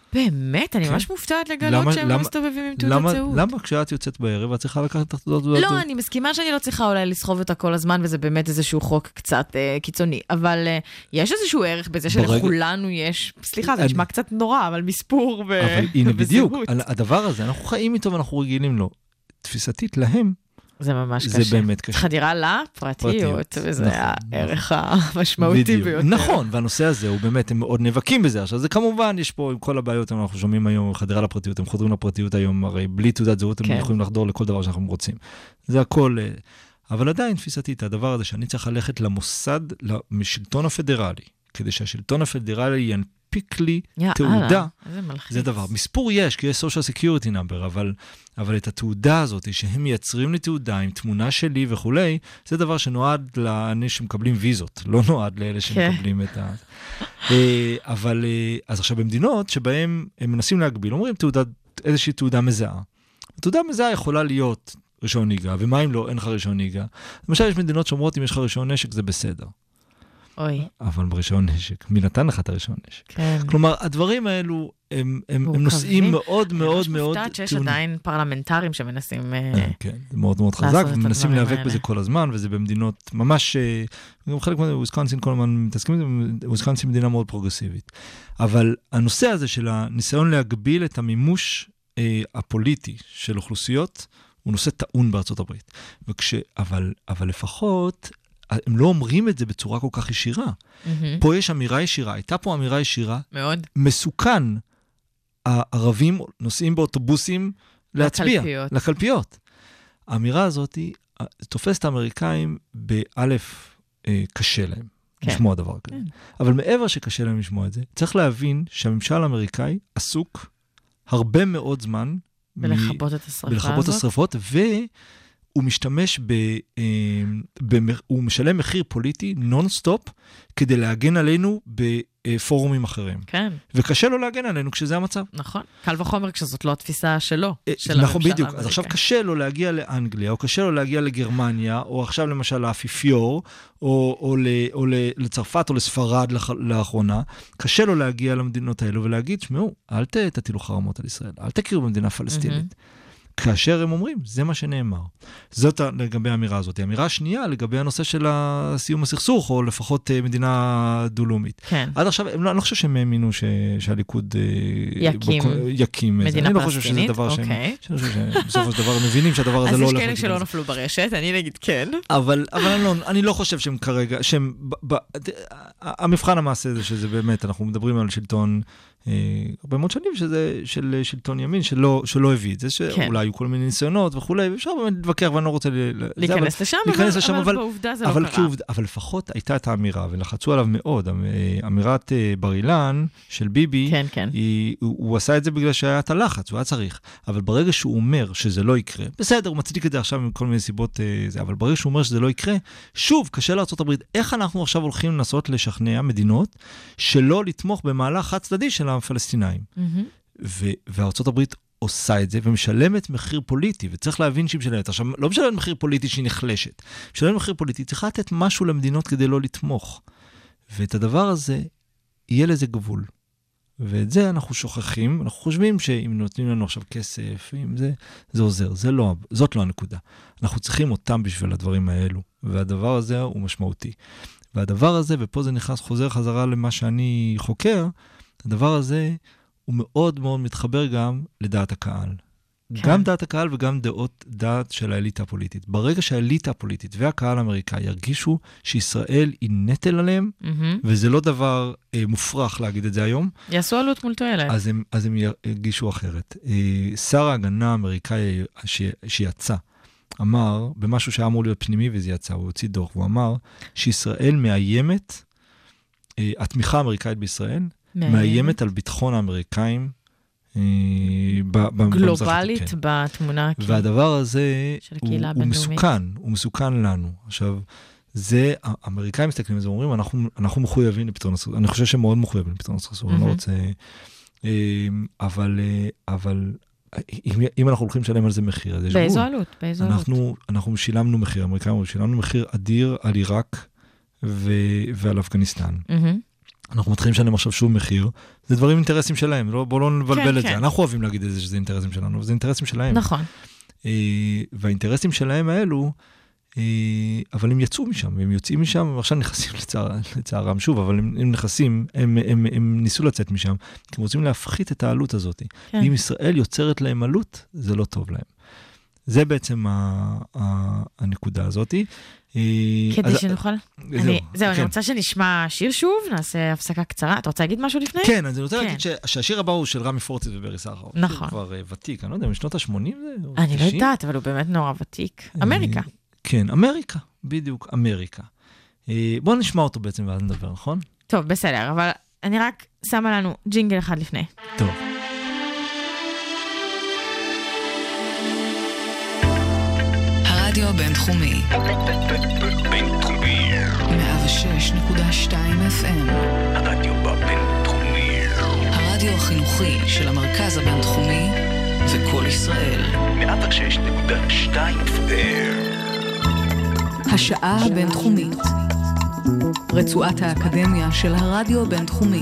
באמת? אני ממש מופתעת לגלות שהם לא מסתובבים עם תעודת זהות. למה כשאת יוצאת בערב, את צריכה לקחת את תעודת זהות? לא, אני מסכימה שאני לא צריכה אולי לסחוב אותה כל הזמן, וזה באמת איזשהו חוק קצת קיצוני. אבל יש איזשהו ערך בזה שלכולנו יש, סליחה, זה נשמע קצת נורא, אבל מספור וזהות. אבל הנה בדיוק, הדבר הזה, אנחנו חיים איתו ואנחנו רגילים לו. תפיסתית להם, זה ממש קשה. זה באמת קשה. חדירה לפרטיות, וזה נכון, הערך נכון. המשמעותי בדיוק. ביותר. נכון, והנושא הזה הוא באמת, הם מאוד נאבקים בזה. עכשיו, זה כמובן, יש פה עם כל הבעיות, אנחנו שומעים היום חדירה לפרטיות, הם חודרים לפרטיות היום, הרי בלי תעודת זהות, כן. הם יכולים לחדור לכל דבר שאנחנו רוצים. זה הכל, אבל עדיין תפיסתית, הדבר הזה שאני צריך ללכת למוסד, לשלטון הפדרלי, כדי שהשלטון הפדרלי ינפיק לי תעודה, זה דבר. מספור יש, כי יש social security number, אבל, אבל את התעודה הזאת, שהם מייצרים לי תעודה עם תמונה שלי וכולי, זה דבר שנועד לאנשים שמקבלים ויזות, לא נועד לאלה שמקבלים את ה... אבל, אז עכשיו במדינות שבהם הם מנסים להגביל, אומרים תעודה, איזושהי תעודה מזהה. התעודה מזהה יכולה להיות רישיון נהיגה, ומה אם לא, אין לך רישיון נהיגה. למשל, יש מדינות שאומרות, אם יש לך רישיון נשק, זה בסדר. אוי. אבל ברישיון נשק. מי נתן לך את הרישיון נשק? כן. כלומר, הדברים האלו, הם, הם, הם נושאים מאוד מאוד מאוד... אני מופתעת שיש עדיין פרלמנטרים שמנסים... כן, זה מאוד מאוד חזק, ומנסים להיאבק בזה כל הזמן, וזה במדינות ממש... גם חלק מוויסקונסין כל הזמן מתעסקים, וויסקונסין מדינה מאוד פרוגרסיבית. אבל הנושא הזה של הניסיון להגביל את המימוש הפוליטי של אוכלוסיות, הוא נושא טעון בארצות הברית. וכש, אבל, אבל לפחות, הם לא אומרים את זה בצורה כל כך ישירה. Mm-hmm. פה יש אמירה ישירה, הייתה פה אמירה ישירה. מאוד. מסוכן. הערבים נוסעים באוטובוסים להצביע. לקלפיות. לקלפיות. האמירה הזאת היא, תופסת האמריקאים באלף קשה להם. כן. לשמוע דבר כזה. כן. אבל מעבר שקשה להם לשמוע את זה, צריך להבין שהממשל האמריקאי עסוק הרבה מאוד זמן בלחבות את השרפה הזאת. בלחבות השרפות, והוא משתמש ב... הוא משלם מחיר פוליטי נון-סטופ, כדי להגן עלינו בפורומים אחרים. כן. וקשה לו להגן עלינו כשזה המצב. נכון. קל וחומר כשזאת לא התפיסה שלו. נכון, בדיוק. אז עכשיו קשה לו להגיע לאנגליה, או קשה לו להגיע לגרמניה, או עכשיו למשל לאפיפיור, או, או, או לצרפת או לספרד לאחרונה, קשה לו להגיע למדינות האלו ולהגיד, שמעו, אל תטילו חרמות על ישראל, אל תכירו במדינה פלסטינית. כאשר הם אומרים, זה מה שנאמר. זאת לגבי האמירה הזאת. האמירה השנייה לגבי הנושא של סיום הסכסוך, או לפחות מדינה דו-לאומית. כן. עד עכשיו, אני לא חושב שהם האמינו שהליכוד יקים, יקים מדינה אני לא חושב שזה דבר שהם, אוקיי. שאני חושב שבסופו של דבר הם מבינים שהדבר הזה לא הולך. אז יש כאלה שלא נפלו ברשת, אני נגיד כן. אבל, אבל אני, לא, אני לא חושב שהם כרגע, שהם, ב, ב, המבחן המעשה זה שזה באמת, אנחנו מדברים על שלטון, הרבה מאוד שנים שזה של שלטון ימין שלא, שלא הביא את זה, שאולי היו כל מיני ניסיונות וכולי, ואפשר באמת להתווכח, ואני לא רוצה להיכנס לשם, אבל בעובדה זה לא קרה. אבל לפחות הייתה את האמירה, ולחצו עליו מאוד, אמירת בר אילן של ביבי, הוא עשה את זה בגלל שהיה את הלחץ, הוא היה צריך, אבל ברגע שהוא אומר שזה לא יקרה, בסדר, הוא מצדיק את זה עכשיו עם כל מיני סיבות, אבל ברגע שהוא אומר שזה לא יקרה, שוב, קשה לארצות הברית, איך אנחנו עכשיו הולכים לנסות לשכנע מדינות שלא לתמוך במהלך חד צדדי של הפלסטינאים. וארצות הברית עושה את זה ומשלמת מחיר פוליטי, וצריך להבין שהיא משלמת. עכשיו, לא משלמת מחיר פוליטי שהיא נחלשת. משלמת מחיר פוליטי, צריכה לתת משהו למדינות כדי לא לתמוך. ואת הדבר הזה יהיה לזה גבול. ואת זה אנחנו שוכחים, אנחנו חושבים שאם נותנים לנו עכשיו כסף, אם זה, זה עוזר, זה לא, זאת לא הנקודה. אנחנו צריכים אותם בשביל הדברים האלו, והדבר הזה הוא משמעותי. והדבר הזה, ופה זה נכנס חוזר חזרה למה שאני חוקר, הדבר הזה הוא מאוד מאוד מתחבר גם לדעת הקהל. כן. גם דעת הקהל וגם דעות דעת של האליטה הפוליטית. ברגע שהאליטה הפוליטית והקהל האמריקאי ירגישו שישראל היא נטל עליהם, mm-hmm. וזה לא דבר אה, מופרך להגיד את זה היום. יעשו עלות מול תועלת. אז הם, אז הם ירגישו אחרת. אה, שר ההגנה האמריקאי ש, שיצא, אמר, במשהו שהיה אמור להיות פנימי וזה יצא, הוא הוציא דוח, הוא אמר שישראל מאיימת, אה, התמיכה האמריקאית בישראל, מאיימת, מאיימת על ביטחון האמריקאים, גלובלית בתמונה. והדבר הזה הוא מסוכן, הוא מסוכן לנו. עכשיו, זה, האמריקאים מסתכלים על זה, אומרים, אנחנו מחויבים לפתרון הסכסוך. אני חושב שהם מאוד מחויבים לפתרון הסכסוך, אני לא רוצה, אבל, אבל, אם אנחנו הולכים לשלם על זה מחיר, אז יש גבול. באיזו עלות, באיזו עלות. אנחנו שילמנו מחיר, האמריקאים שילמנו מחיר אדיר על עיראק ועל אפגניסטן. אנחנו מתחילים לשלם עכשיו שוב מחיר, זה דברים אינטרסים שלהם, לא, בואו לא נבלבל כן, את כן. זה, אנחנו אוהבים להגיד את זה שזה אינטרסים שלנו, אבל זה אינטרסים שלהם. נכון. אה, והאינטרסים שלהם האלו, אה, אבל הם יצאו משם, הם יוצאים משם, ועכשיו נכנסים לצער, לצערם שוב, אבל הם, הם נכנסים, הם, הם, הם, הם ניסו לצאת משם, כי הם רוצים להפחית את העלות הזאת. כן. אם ישראל יוצרת להם עלות, זה לא טוב להם. זה בעצם ה, ה, הנקודה הזאת. כדי שנוכל. זהו, אני רוצה שנשמע שיר שוב, נעשה הפסקה קצרה. אתה רוצה להגיד משהו לפני? כן, אז אני רוצה להגיד שהשיר הבא הוא של רמי פורצית וברי סחרוף. נכון. הוא כבר ותיק, אני לא יודע, משנות ה-שמונים זה? אני לא יודעת, אבל הוא באמת נורא ותיק. אמריקה. כן, אמריקה, בדיוק, אמריקה. בואו נשמע אותו בעצם ואז נדבר, נכון? טוב, בסדר, אבל אני רק שמה לנו ג'ינגל אחד לפני. טוב. רדיו בינתחומי. בינתחומי. מאה ושש נקודה שתיים אף אם. הרדיו בינתחומי. הרדיו החינוכי של המרכז הבינתחומי וכל ישראל. מאה ושש נקודה שתיים אף אם. השעה הבינתחומית. רצועת האקדמיה של הרדיו בינתחומי.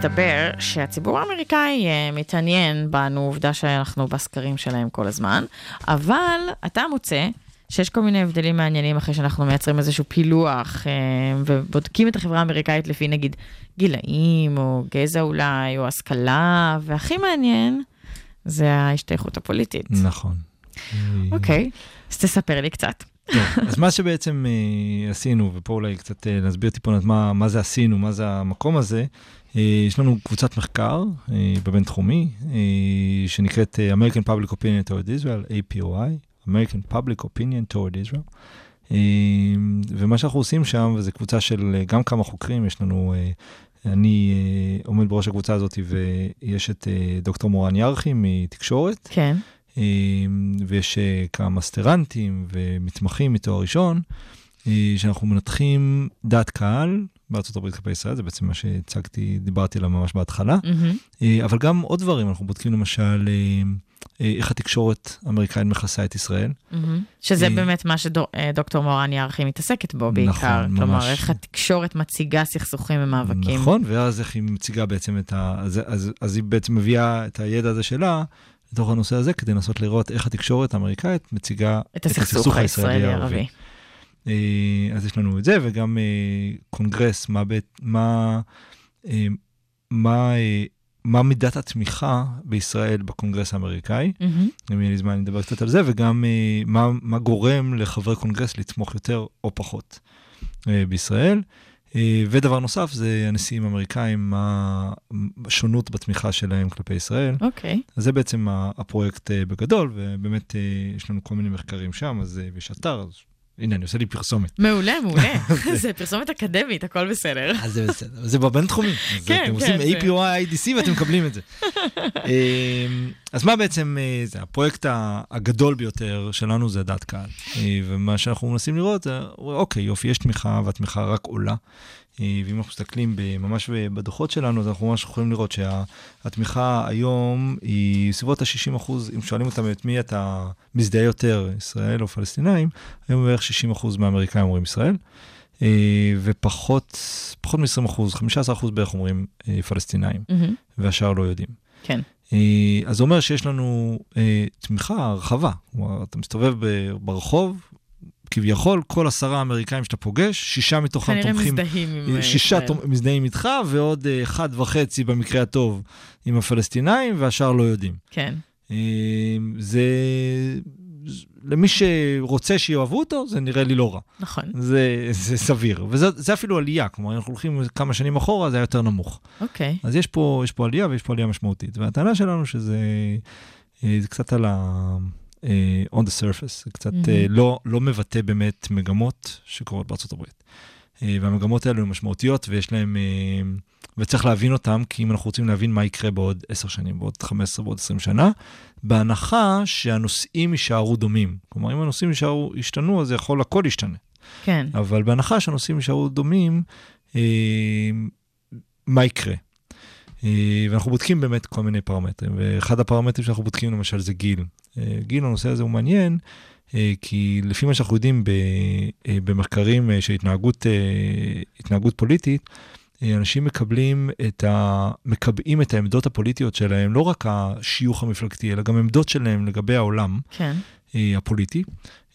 מסתבר שהציבור האמריקאי מתעניין בנו, עובדה שאנחנו בסקרים שלהם כל הזמן, אבל אתה מוצא שיש כל מיני הבדלים מעניינים אחרי שאנחנו מייצרים איזשהו פילוח ובודקים את החברה האמריקאית לפי נגיד גילאים או גזע אולי או השכלה, והכי מעניין זה ההשתייכות הפוליטית. נכון. אוקיי, אז תספר לי קצת. טוב, אז מה שבעצם uh, עשינו, ופה אולי קצת uh, נסביר טיפונת מה, מה זה עשינו, מה זה המקום הזה, uh, יש לנו קבוצת מחקר uh, בבינתחומי, uh, שנקראת uh, American Public Opinion Toward Israel, A P O I, American Public Opinion Toward Israel, uh, ומה שאנחנו עושים שם, וזו קבוצה של uh, גם כמה חוקרים, יש לנו, uh, אני uh, עומד בראש הקבוצה הזאת, ויש את uh, דוקטור מורן ירחי מתקשורת, כן. ויש כמה מסטרנטים ומתמחים מתואר ראשון, שאנחנו מנתחים דעת קהל בארצות הברית כלפי ישראל, זה בעצם מה שהצגתי, דיברתי עליו ממש בהתחלה, אבל גם עוד דברים, אנחנו בודקים למשל איך התקשורת האמריקאית מכסה את ישראל. שזה באמת מה שדוקטור מורן ירחי מתעסקת בו בעיקר, כלומר איך התקשורת מציגה סכסוכים ומאבקים. נכון, ואז איך היא מציגה בעצם את ה... אז היא בעצם מביאה את הידע הזה שלה, לתוך הנושא הזה, כדי לנסות לראות איך התקשורת האמריקאית מציגה את הסכסוך הישראלי-ערבי. אז יש לנו את זה, וגם קונגרס, מה, מה, מה, מה מידת התמיכה בישראל בקונגרס האמריקאי. אם יהיה לי זמן, אני אדבר קצת על זה, וגם מה, מה גורם לחברי קונגרס לתמוך יותר או פחות בישראל. ודבר נוסף, זה הנשיאים האמריקאים, השונות בתמיכה שלהם כלפי ישראל. אוקיי. אז זה בעצם הפרויקט בגדול, ובאמת יש לנו כל מיני מחקרים שם, אז יש אתר, אז הנה, אני עושה לי פרסומת. מעולה, מעולה. זה פרסומת אקדמית, הכל בסדר. אז זה בסדר, זה בבין-תחומי. כן, אתם עושים A P O I I D C ואתם מקבלים את זה. אז מה בעצם, זה הפרויקט הגדול ביותר שלנו זה דעת קהל. ומה שאנחנו מנסים לראות, זה, אוקיי, יופי, יש תמיכה, והתמיכה רק עולה. ואם אנחנו מסתכלים ממש בדוחות שלנו, אז אנחנו ממש יכולים לראות שהתמיכה היום היא סביבות ה-שישים אחוז, אם שואלים אותם את מי אתה מזדהה יותר, ישראל או פלסטינאים, היום בערך שישים אחוז מהאמריקאים אומרים ישראל, ופחות, פחות מ-עשרים אחוז, חמישה עשר אחוז בערך אומרים פלסטינאים, והשאר לא יודעים. כן. אז זה אומר שיש לנו תמיכה רחבה, כלומר, אתה מסתובב ברחוב, כביכול, כל עשרה האמריקאים שאתה פוגש, שישה מתוכם תומכים, שישה מזדהים איתך, ועוד אחד וחצי במקרה הטוב עם הפלסטינאים, והשאר לא יודעים. כן. זה, למי שרוצה שיאהבו אותו, זה נראה לי לא רע. נכון. זה, זה סביר. וזה זה אפילו עלייה, כלומר, אנחנו הולכים כמה שנים אחורה, זה היה יותר נמוך. אוקיי. אז יש פה, יש פה עלייה, ויש פה עלייה משמעותית. והטענה שלנו שזה, זה קצת על ה... on the surface, זה קצת mm-hmm. לא, לא מבטא באמת מגמות שקורות בארצות הברית. והמגמות האלו הן משמעותיות, ויש להם, וצריך להבין אותם, כי אם אנחנו רוצים להבין מה יקרה בעוד עשר שנים, בעוד חמש עשרה, בעוד עשרים שנה, בהנחה שהנושאים יישארו דומים. כלומר, אם הנושאים יישארו, ישתנו, אז זה יכול הכל להשתנה. כן. אבל בהנחה שהנושאים יישארו דומים, מה יקרה? ואנחנו בודקים באמת כל מיני פרמטרים, ואחד הפרמטרים שאנחנו בודקים למשל זה גיל. גיל, הנושא הזה הוא מעניין, כי לפי מה שאנחנו יודעים במחקרים של התנהגות, התנהגות פוליטית, אנשים מקבלים את ה, מקבעים את העמדות הפוליטיות שלהם, לא רק השיוך המפלגתי, אלא גם עמדות שלהם לגבי העולם כן. הפוליטי,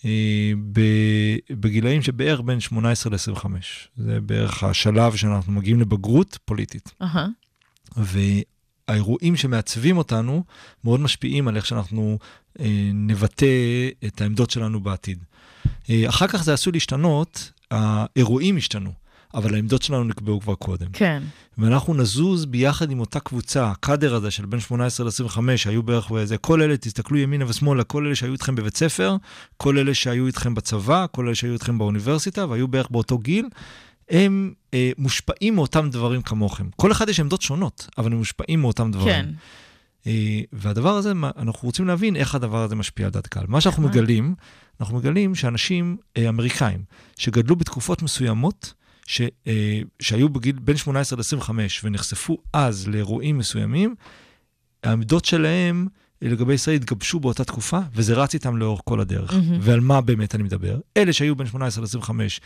בגילאים שבערך בין שמונה עשרה ל-עשרים וחמש. זה בערך השלב שאנחנו מגיעים לבגרות פוליטית. אהה. והאירועים שמעצבים אותנו מאוד משפיעים על איך שאנחנו אה, נבטא את העמדות שלנו בעתיד. אה, אחר כך זה עשוי להשתנות, האירועים השתנו, אבל העמדות שלנו נקבעו כבר קודם. כן. ואנחנו נזוז ביחד עם אותה קבוצה, הקאדר הזה של בין שמונה עשרה ל-עשרים וחמש, היו בערך באיזה, כל אלה, תסתכלו ימינה ושמאלה, כל אלה שהיו איתכם בבית ספר, כל אלה שהיו איתכם בצבא, כל אלה שהיו איתכם באוניברסיטה, והיו בערך באותו גיל, הם אה, מושפעים מאותם דברים כמוכם. כל אחד יש עמדות שונות, אבל הם מושפעים מאותם דברים. כן. אה, והדבר הזה, אנחנו רוצים להבין איך הדבר הזה משפיע על דעת קהל. מה שאנחנו מגלים, אנחנו מגלים שאנשים אה, אמריקאים, שגדלו בתקופות מסוימות, ש, אה, שהיו בגיל בין שמונה עשרה ל-עשרים וחמש, ונחשפו אז לאירועים מסוימים, העמדות שלהם לגבי ישראל התגבשו באותה תקופה, וזה רץ איתם לאורך כל הדרך. Mm-hmm. ועל מה באמת אני מדבר? אלה שהיו בין שמונה עשרה ל-עשרים וחמש,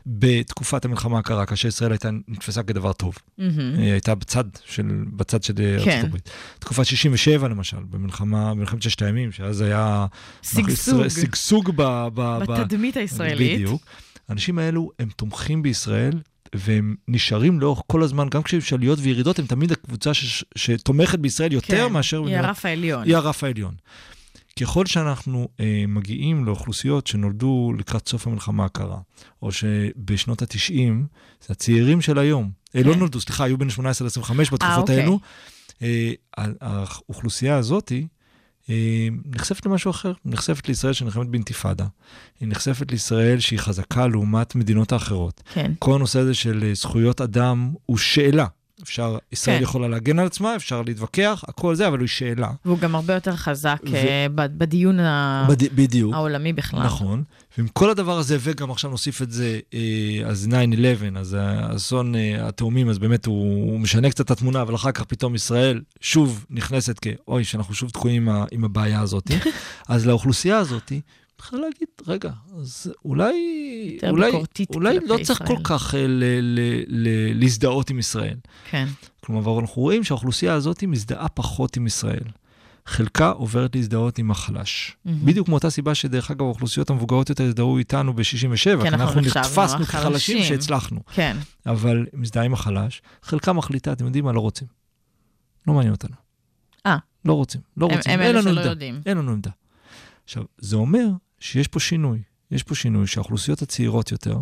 בתקופת המלחמה הקרה, כאשר ישראל הייתה נתפסה כדבר טוב. היא הייתה בצד של, בצד של ארצות הברית. תקופת שישים ושבע, למשל, במלחמה, במלחמת ששת הימים, שאז היה... סגסוג. סגסוג ב... בתדמית הישראלית. בדיוק. האנשים האלו, הם תומכים בישראל, והם נשארים לאורך כל הזמן, גם כשיש עליות וירידות, הם תמיד הקבוצה ש... שתומכת בישראל יותר כן, מאשר... היא הרף העליון. היא הרף העליון. ככל שאנחנו אה, מגיעים לאוכלוסיות שנולדו לקראת סוף המלחמה הקרה, או שבשנות ה-תשעים, זה הצעירים של היום, כן. אה, לא נולדו, סליחה, היו בין שמונה עשרה עד עשרים וחמש בתקופות אה, האלו, אה, האוכלוסייה הזאת אה, נחשפת למשהו אחר, נחשפת לישראל שנלחמת באינתיפאדה, היא נחשפת לישראל שהיא חזקה לעומת מדינות האחרות. כן. כל הנושא הזה של זכויות אדם הוא שאלה. אפשר, ישראל כן. יכולה להגן על עצמה, אפשר להתווכח, הכל זה, אבל הוא שאלה. והוא גם הרבה יותר חזק ו... בדיון בד... בדיוק. העולמי בכלל. נכון. ועם כל הדבר הזה, וגם עכשיו נוסיף את זה, אז תשע אחת עשרה, אז האסון התאומים, אז באמת הוא, הוא משנה קצת את התמונה, אבל אחר כך פתאום ישראל שוב נכנסת כאוי, שאנחנו שוב תקועים עם, עם הבעיה הזאת. אז לאוכלוסייה הזאת, צריך להגיד, רגע, אז אולי, אולי, אולי לא צריך כל כך ל, ל, ל, להזדהות עם ישראל. כן. כלומר, אנחנו רואים שהאוכלוסייה הזאת מזדהה פחות עם ישראל. חלקה עוברת להזדהות עם החלש. Mm-hmm. בדיוק מאותה סיבה שדרך אגב, האוכלוסיות המבוגרות יותר הזדהו איתנו ב-שישים ושבע, כן, אנחנו נתפסנו כחלשים שהצלחנו. כן. אבל מזדהה עם החלש, חלקה מחליטה, אתם יודעים מה, לא רוצים. לא מעניין אותנו. אה. לא רוצים, לא הם, רוצים. הם אין אלה לנו שלא עמדה. יודעים. אין לנו עמדה. עכשיו, זה אומר שיש פה שינוי. יש פה שינוי שהאוכלוסיות הצעירות יותר,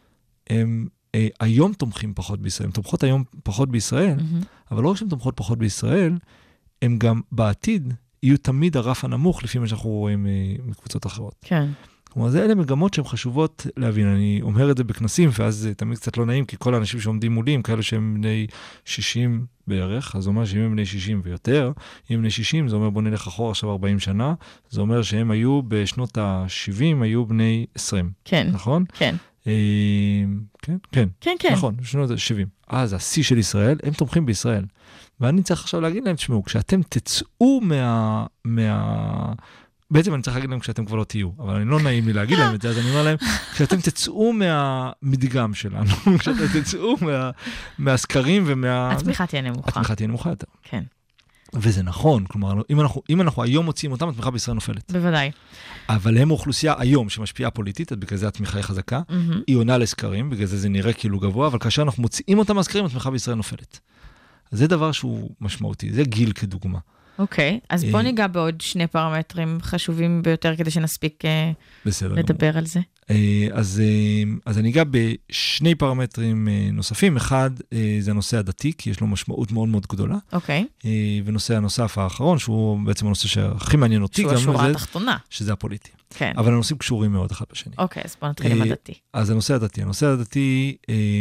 הם אה, היום תומכים פחות בישראל. הם תומכות היום פחות בישראל, mm-hmm. אבל לא רק שהן תומכות פחות בישראל, הם גם בעתיד יהיו תמיד הרף הנמוך, לפי מה שאנחנו רואים אה, מקבוצות אחרות. כן. כלומר, זה אלה מגמות שהן חשובות להבין. אני אומר את זה בכנסים, ואז זה תמיד קצת לא נעים, כי כל האנשים שעומדים מולים, כאלה שהם בני שישים בערך, אז זה אומר שהם בני שישים ויותר. אם בני שישים, זה אומר בוא נלך אחורה עכשיו ארבעים שנה, זה אומר שהם היו בשנות ה-שבעים, היו בני עשרים. כן. נכון? כן. אה, כן, כן. כן, כן. נכון, בשנות ה-שבעים. אז השיא של ישראל, הם תומכים בישראל. ואני צריך עכשיו להגיד להם, תשמעו, כשאתם תצאו מה... מה... בעצם אני צריך להגיד להם כשאתם כבר לא תהיו, אבל אני לא נעים לי להגיד להם את זה, אז אני אומר להם, כשאתם תצאו מהמדגם שלנו, כשאתם תצאו מה, מהסקרים ומה... התמיכה תהיה נמוכה. התמיכה תהיה נמוכה יותר. כן. וזה נכון, כלומר, אם אנחנו, אם אנחנו היום מוצאים אותם, התמיכה בישראל נופלת. בוודאי. אבל הם אוכלוסייה היום שמשפיעה פוליטית, אז בגלל זה התמיכה היא חזקה, mm-hmm. היא עונה לסקרים, בגלל זה זה נראה כאילו גבוה, אבל כאשר אנחנו מוציאים אותם מהסקרים, התמיכה בישראל נופלת. אז זה דבר שהוא משמעותי, זה גיל כדוגמה. אוקיי, אז בוא ניגע בעוד שני פרמטרים חשובים ביותר, כדי שנספיק לדבר על זה. אז, אז אני אגע בשני פרמטרים נוספים. אחד, זה הנושא הדתי, כי יש לו משמעות מאוד מאוד גדולה. אוקיי. ונושא הנוסף האחרון, שהוא בעצם הנושא שהכי מעניין אותי. שהוא השורה התחתונה. שזה הפוליטי. כן. אבל הנושאים קשורים מאוד אחד בשני. אוקיי, אז בוא נתחיל עם הדתי. אז הנושא הדתי. הנושא הדתי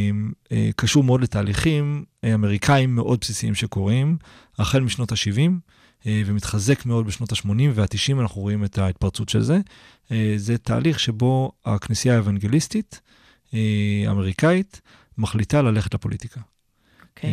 קשור מאוד לתהליכים אמריקאים מאוד בסיסיים שקורים, החל משנות ה-שבעים, ומתחזק מאוד בשנות ה-שמונים וה-תשעים, אנחנו רואים את ההתפרצות של זה. זה תהליך שבו הכנסייה האוונגליסטית, האמריקאית, מחליטה ללכת לפוליטיקה. Okay.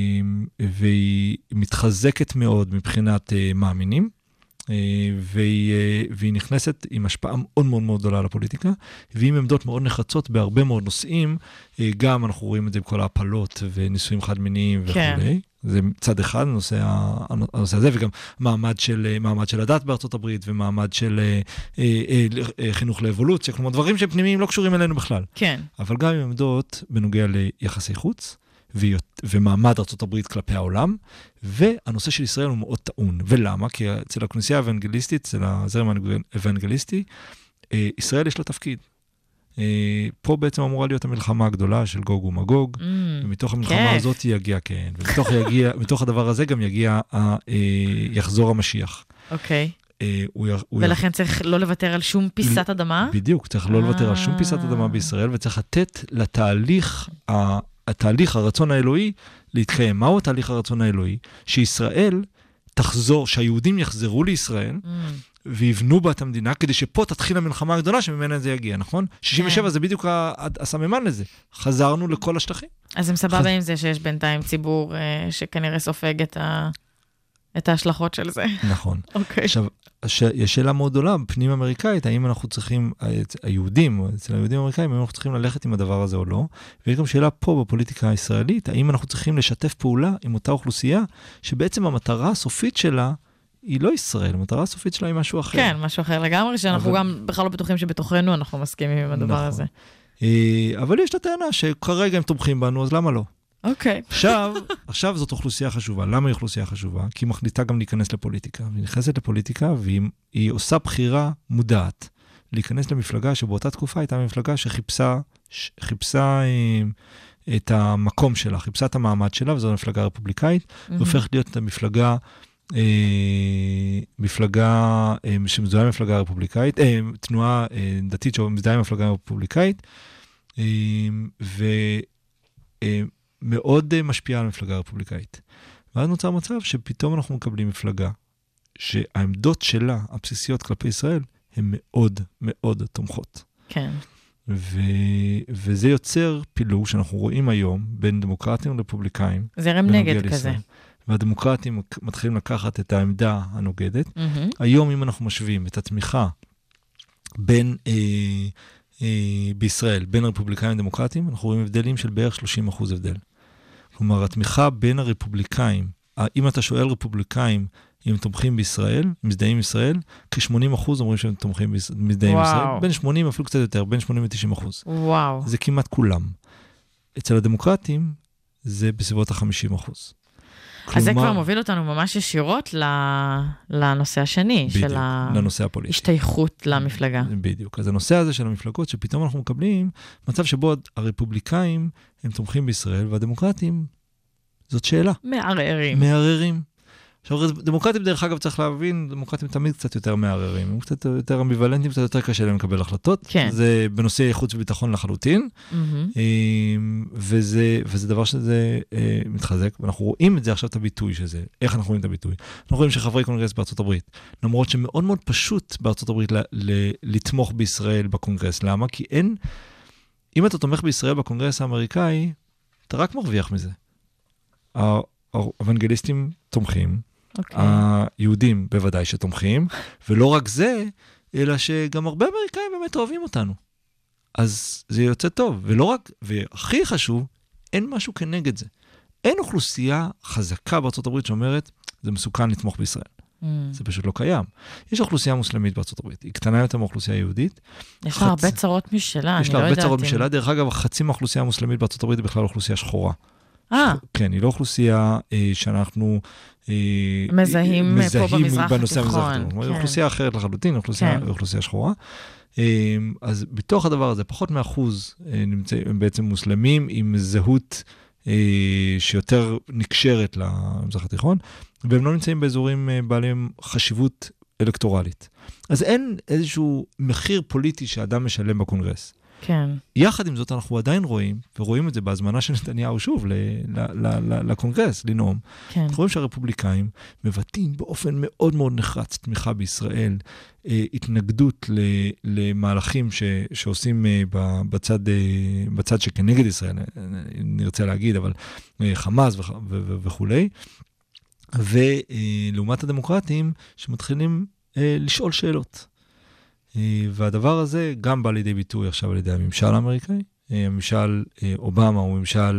והיא מתחזקת מאוד מבחינת מאמינים, והיא, והיא נכנסת עם השפעה מאוד מאוד מאוד גדולה לפוליטיקה, ועם עמדות מאוד נחרצות בהרבה מאוד נושאים, גם אנחנו רואים את זה בכל ההפלות וניסויים חד-מיניים וכו'. כן. זה צד אחד, הנושא, הנושא הזה, וגם מעמד של, מעמד של הדת בארצות הברית, ומעמד של אה, אה, אה, חינוך לאבולוציה, כלומר דברים שפנימיים לא קשורים אלינו בכלל. כן. אבל גם עם עמדות בנוגע ליחסי חוץ, ומעמד ארצות הברית כלפי העולם, והנושא של ישראל הוא מאוד טעון. ולמה? כי אצל הכנסייה האוונגליסטית, אצל הזרם האוונגליסטי, ישראל יש לה תפקיד. פה בעצם אמורה להיות המלחמה הגדולה של גוג ומגוג, ומתוך המלחמה הזאת יגיע, כן, ומתוך הדבר הזה גם יגיע, יחזור המשיח. אוקיי. ולכן צריך לא לוותר על שום פיסת אדמה? בדיוק, צריך לא לוותר על שום פיסת אדמה בישראל, וצריך לתת לתהליך, התהליך הרצון האלוהי להתקיים. מהו התהליך הרצון האלוהי? שישראל תחזור, שהיהודים יחזרו לישראל, ויבנו בה את המדינה, כדי שפה תתחיל המלחמה הגדולה שממנה זה יגיע, נכון? שישים ושבע זה בדיוק הסממן לזה. חזרנו לכל השטחים. אז הם סבבה עם זה שיש בינתיים ציבור שכנראה סופג את את ההשלכות של זה. נכון. אוקיי. עכשיו, יש שאלה מאוד גדולה, פנים אמריקאית, האם אנחנו צריכים, היהודים, אצל היהודים האמריקאים, האם אנחנו צריכים ללכת עם הדבר הזה או לא, ויש גם שאלה פה בפוליטיקה הישראלית, האם אנחנו צריכים לשתף פעולה עם אותה אוכלוסייה, שבעצם המטרה הסופית שלה, היא לא ישראל, המטרה הסופית שלה היא משהו אחר. כן, משהו אחר לגמרי, שאנחנו אבל... גם בכלל לא בטוחים שבתוכנו אנחנו מסכימים עם הדבר נכון. הזה. אבל יש את הטענה שכרגע הם תומכים בנו, אז למה לא? אוקיי. עכשיו, עכשיו זאת אוכלוסייה חשובה. למה היא אוכלוסייה חשובה? כי היא מחליטה גם להיכנס לפוליטיקה. היא נכנסת לפוליטיקה והיא עושה בחירה מודעת להיכנס למפלגה שבאותה תקופה הייתה מפלגה שחיפשה חיפשה את המקום שלה, חיפשה את המעמד שלה, וזו מפלגה רפובליקאית, והופכת להיות המפלגה מפלגה שמזוהה עם מפלגה רפובליקאית, תנועה דתית שמזוהה עם מפלגה רפובליקאית, ו מאוד משפיעה על המפלגה הרפובליקאית. ואז נוצר מצב שפתאום אנחנו מקבלים מפלגה שהעמדות שלה, הבסיסיות כלפי ישראל, הן מאוד מאוד תומכות. כן. ו... וזה יוצר פילוג שאנחנו רואים היום בין דמוקרטים ורפובליקאים. זרם נגד כזה. והדמוקרטים מתחילים לקחת את העמדה הנוגדת. Mm-hmm. היום אם אנחנו משווים את התמיכה בין... אה, בישראל, בין הרפובליקאים לדמוקרטים, אנחנו רואים הבדלים של בערך שלושים אחוז הבדל. כלומר, התמיכה בין הרפובליקאים, אם אתה שואל רפובליקאים אם הם תומכים בישראל, הם מזדהים בישראל, כ-שמונים אחוז אומרים שהם תומכים מזדהים בישראל, בין שמונים אפילו קצת יותר, בין שמונים ל-תשעים אחוז. וואו. זה כמעט כולם. אצל הדמוקרטים זה בסביבות ה-חמישים אחוז. אז זה כבר מוביל אותנו ממש ישירות לנושא השני, בדיוק, של לנושא הפוליטי. ההשתייכות למפלגה. בדיוק. אז הנושא הזה של המפלגות, שפתאום אנחנו מקבלים מצב שבו הרפובליקאים הם תומכים בישראל, והדמוקרטים, זאת שאלה. מערערים. מערערים. עכשיו, דמוקרטים דרך אגב צריך להבין, דמוקרטים תמיד קצת יותר מערערים, הם קצת יותר אמביוולנטים, קצת יותר קשה להם לקבל החלטות. כן. זה בנושא חוץ וביטחון לחלוטין, mm-hmm. וזה, וזה דבר שזה מתחזק, ואנחנו רואים את זה עכשיו את הביטוי שזה, איך אנחנו רואים את הביטוי? אנחנו רואים שחברי קונגרס בארצות הברית, למרות שמאוד מאוד פשוט בארצות הברית ל- ל- לתמוך בישראל בקונגרס, למה? כי אין, אם אתה תומך בישראל בקונגרס האמריקאי, אתה רק מרוויח מזה. האוונגליסטים תומכים, Okay. היהודים בוודאי שתומכים, ולא רק זה, אלא שגם הרבה אמריקאים באמת אוהבים אותנו. אז זה יוצא טוב, ולא רק, והכי חשוב, אין משהו כנגד זה. אין אוכלוסייה חזקה בארצות הברית שאומרת, זה מסוכן לתמוך בישראל. Mm. זה פשוט לא קיים. יש אוכלוסייה מוסלמית בארצות הברית, היא קטנה יותר מאוכלוסייה יהודית. יש לה הרבה צרות משלה, יש לה הרבה צרות משלה, דרך אגב, חצי מהאוכלוסייה המוסלמית בארצות הברית היא בכלל אוכלוסייה שחורה. אה. כן, היא לא אוכלוסייה אה, שאנחנו אה, מזהים, מזהים פה במזרח בנושא התיכון. המזרח התיכון. כן. אוכלוסייה אחרת לחלוטין, אוכלוסייה, כן. אוכלוסייה שחורה. אה, אז בתוך הדבר הזה, פחות מאחוז אה, נמצא, הם בעצם מוסלמים עם זהות אה, שיותר נקשרת למזרח התיכון, והם לא נמצאים באזורים אה, בעלים חשיבות אלקטורלית. אז אין איזשהו מחיר פוליטי שאדם משלם בקונגרס. כן. יחד עם זאת אנחנו עדיין רואים, ורואים את זה בהזמנה של נתניהו שוב, ל- ל- ל- לקונגרס, לנאום. כן. אנחנו רואים שהרפובליקאים מבטאים באופן מאוד מאוד נחרץ תמיכה בישראל, אה, התנגדות ל- למהלכים ש- שעושים אה, בצד, אה, בצד שכנגד ישראל, נרצה להגיד, אבל אה, חמאס וכ- ו- ו- וכולי. ולעומת הדמוקרטים שמתחילים אה, לשאול שאלות. והדבר הזה גם בא לידי ביטוי עכשיו על ידי הממשל האמריקאי. הממשל אובמה הוא ממשל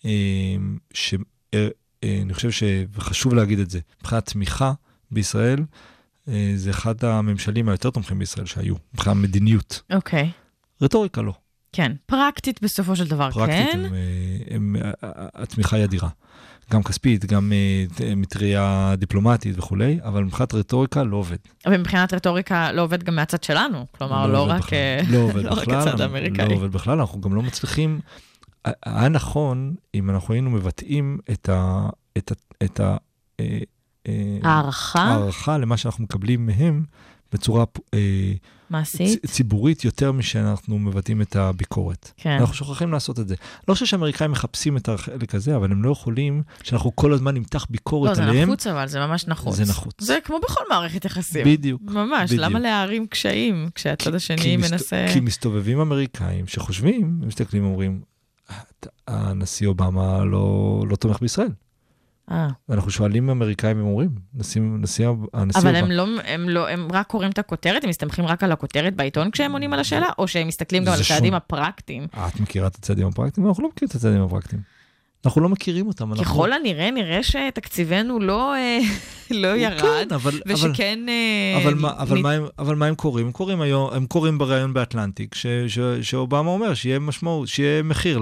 שאני חושב שחשוב להגיד את זה, מבחינת תמיכה בישראל, זה אחד הממשלים היותר תומכים בישראל שהיו, מבחינת מדיניות. אוקיי. רטוריקה לא. כן. פרקטית בסופו של דבר, פרקטית, כן? פרקטית, התמיכה היא אדירה. גם כספית, גם מטריה דיפלומטית וכו', אבל מבחינת רטוריקה לא עובד. אבל מבחינת רטוריקה לא עובד גם מהצד שלנו, כלומר לא רק הצד האמריקאי. לא עובד בכלל, אנחנו גם לא מצליחים, היה נכון אם אנחנו היינו מבטאים את הערכה למה שאנחנו מקבלים מהם בצורה מעשית? ציבורית יותר משאנחנו מבטאים את הביקורת. כן. אנחנו שוכחים לעשות את זה. לא חושב שהאמריקאים מחפשים את החלק הזה, אבל הם לא יכולים שאנחנו כל הזמן נמתח ביקורת עליהם. לא, זה נחוץ אבל, זה ממש נחוץ. זה נחוץ. זה כמו בכל מערכת יחסים. בדיוק. ממש, בדיוק. למה להערים קשיים כשהצד השני כי מנסה... כי מסתובבים אמריקאים שחושבים, הם מסתכלים ואומרים, הנשיא אובמה לא, לא תומך בישראל. ואנחנו שואלים אמריקאים, הם אומרים, נשיא הנשיא... אבל הם לא, הם לא, הם רק קוראים את הכותרת, הם מסתמכים רק על הכותרת בעיתון כשהם עונים על השאלה, או שהם מסתכלים גם על הצעדים הפרקטיים? את מכירה את הצעדים הפרקטיים? אנחנו לא מכירים את הצעדים הפרקטיים. אנחנו לא מכירים אותם. ככל הנראה, נראה שתקציבנו לא, לא ירד, ושכן... אבל מה הם קוראים? הם קוראים היום, הם קוראים בראיון באטלנטיק, שאובמה אומר שיהיה משמעות, שיהיה מחיר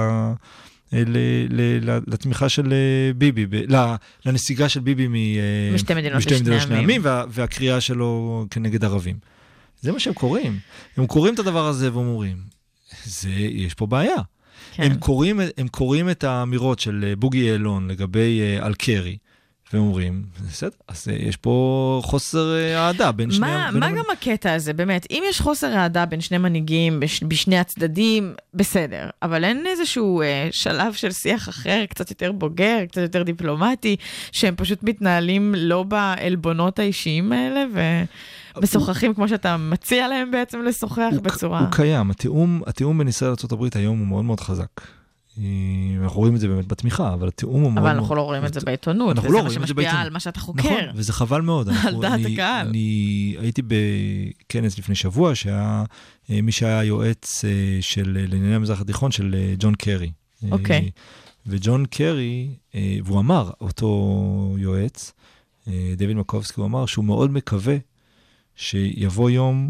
לתמיכה של ביבי, לנסיגה של ביבי משתי מדינות לשני עמים, והקריאה שלו כנגד ערבים. זה מה שהם קוראים. הם קוראים את הדבר הזה ואומרים, יש פה בעיה. הם קוראים, הם קוראים את האמירות של בוגי אלון לגבי אלקרי, ואומרים, בסדר, אז יש פה חוסר העדה בין שני... מה, מה גם הקטע הזה, באמת? אם יש חוסר העדה בין שני מנהיגים, בשני הצדדים, בסדר. אבל אין איזשהו שלב של שיח אחר, קצת יותר בוגר, קצת יותר דיפלומטי, שהם פשוט מתנהלים לא בעלבונות האישיים האלה, ו... משוחחים כמו שאתה מציע להם בעצם לשוחח בצורה... הוא קיים, התיאום, התיאום בין ישראל לארצות הברית היום הוא מאוד מאוד חזק. אנחנו רואים את זה באמת בתמיכה, אבל התיאום הוא מאוד... אבל אנחנו לא רואים את זה בעיתונות, וזה מה שמשפיע על מה שאתה חוקר. נכון, וזה חבל מאוד. על דעת הקהל. אני הייתי בכנס לפני שבוע, שהיה מי שהיה יועץ של לענייני המזרח התיכון של ג'ון קרי. אוקיי. וג'ון קרי, והוא אמר, אותו יועץ, דויד מקובסקי, הוא אמר שהוא מאוד מקווה שיבוא יום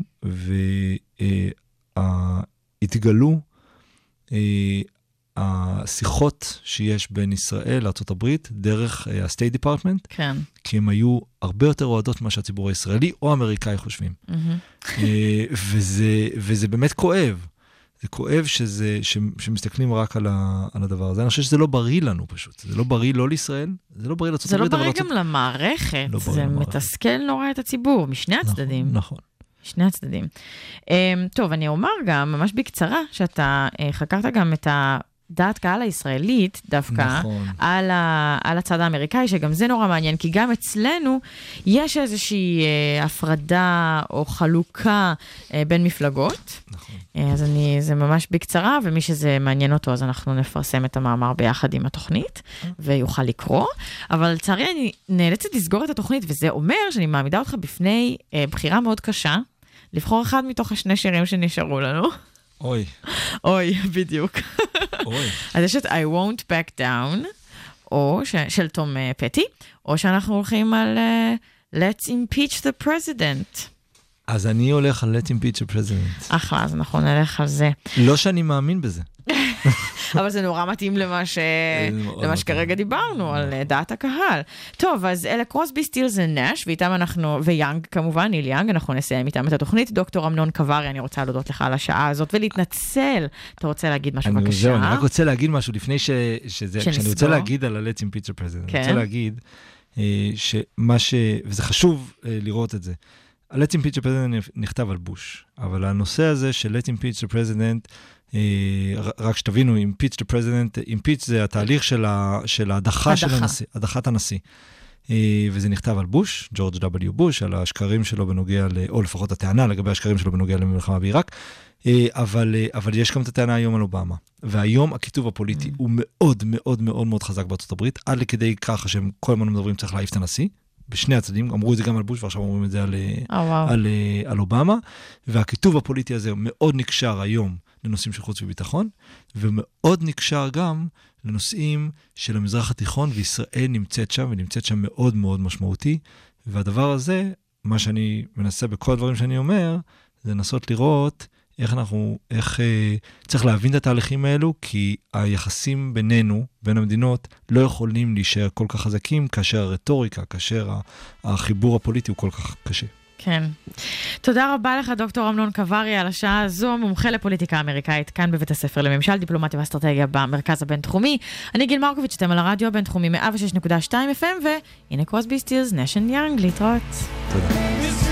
והתגלו השיחות שיש בין ישראל לארצות הברית דרך ה-State Department, כן. כי הם היו הרבה יותר אוהדות ממה שהציבור הישראלי או האמריקאי חושבים. וזה, וזה באמת כואב. זה כואב שזה, שמסתכלים רק על, ה, על הדבר הזה. אני חושב שזה לא בריא לנו פשוט. זה לא בריא לא לישראל, זה לא בריא לארצות הברית. זה לא בריא גם לארצות... למערכת. לא זה למערכת. מתסכל נורא את הציבור, משני הצדדים. נכון, נכון. שני הצדדים. Um, טוב, אני אומר גם, ממש בקצרה, שאתה uh, חקרת גם את הדעת קהל הישראלית, דווקא, נכון. על, ה, על הצד האמריקאי, שגם זה נורא מעניין, כי גם אצלנו יש איזושהי uh, הפרדה או חלוקה uh, בין מפלגות. נכון. אז אני, זה ממש בקצרה, ומי שזה מעניין אותו, אז אנחנו נפרסם את המאמר ביחד עם התוכנית, ויוכל לקרוא. אבל לצערי אני נאלצת לסגור את התוכנית, וזה אומר שאני מעמידה אותך בפני אה, בחירה מאוד קשה, לבחור אחד מתוך השני שירים שנשארו לנו. אוי. אוי, בדיוק. אוי. אז יש את I won't back down, או ש, של תום פטי, או שאנחנו הולכים על uh, Let's impeach the president. אז אני הולך על Let's impeach the president. אחלה, אז אנחנו נלך על זה. לא שאני מאמין בזה. אבל זה נורא מתאים למה ש... למה שכרגע דיברנו, על דעת הקהל. טוב, אז אלה קרוסבי, סטילס ונש, ואיתם אנחנו, ויאנג כמובן, ניל יאנג, אנחנו נסיים איתם את התוכנית. דוקטור אמנון קווארי, אני רוצה להודות לך על השעה הזאת, ולהתנצל. אתה רוצה להגיד משהו בבקשה? זהו, אני רק רוצה להגיד משהו, לפני שזה, כשאני רוצה להגיד על ה-Let's impeach the president, אני רוצה להגיד שמה ש... וזה חשוב לראות את זה. ה-Let's impeach the president נכתב על בוש, אבל הנושא הזה של Let's impeach the president, רק שתבינו, impeach the president, impeach זה התהליך של ההדחה של הנשיא, הדחת הנשיא. וזה נכתב על בוש, ג'ורג' דאבליו בוש, על השקרים שלו בנוגע, או לפחות הטענה לגבי השקרים שלו בנוגע למלחמה בעיראק, אבל, אבל יש גם את הטענה היום על אובמה. והיום הכיתוב הפוליטי הוא מאוד מאוד מאוד מאוד חזק בארצות הברית, עד לכדי ככה שהם כל הזמן מדברים צריך להעיף את הנשיא, בשני הצדדים, אמרו את זה גם על בוש, ועכשיו אומרים את זה על, oh, wow. על, על אובמה, והכיתוב הפוליטי הזה מאוד נקשר היום לנושאים של חוץ וביטחון, ומאוד נקשר גם לנושאים של המזרח התיכון, וישראל נמצאת שם, ונמצאת שם מאוד מאוד משמעותי, והדבר הזה, מה שאני מנסה בכל הדברים שאני אומר, זה לנסות לראות איך אנחנו, איך אה, צריך להבין את התהליכים האלו, כי היחסים בינינו, בין המדינות, לא יכולים להישאר כל כך חזקים, כאשר הרטוריקה, כאשר החיבור הפוליטי הוא כל כך קשה. כן. תודה רבה לך, דוקטור אמנון קווארי, על השעה הזו, מומחה לפוליטיקה אמריקאית, כאן בבית הספר לממשל, דיפלומטיה ואסטרטגיה במרכז הבינתחומי. אני גיל מרקוביץ', אתם על הרדיו הבינתחומי מאה ושש נקודה שתיים אף אם, והנה קרוסבי, סטילס, נש אנד יאנג, להתראות. תודה.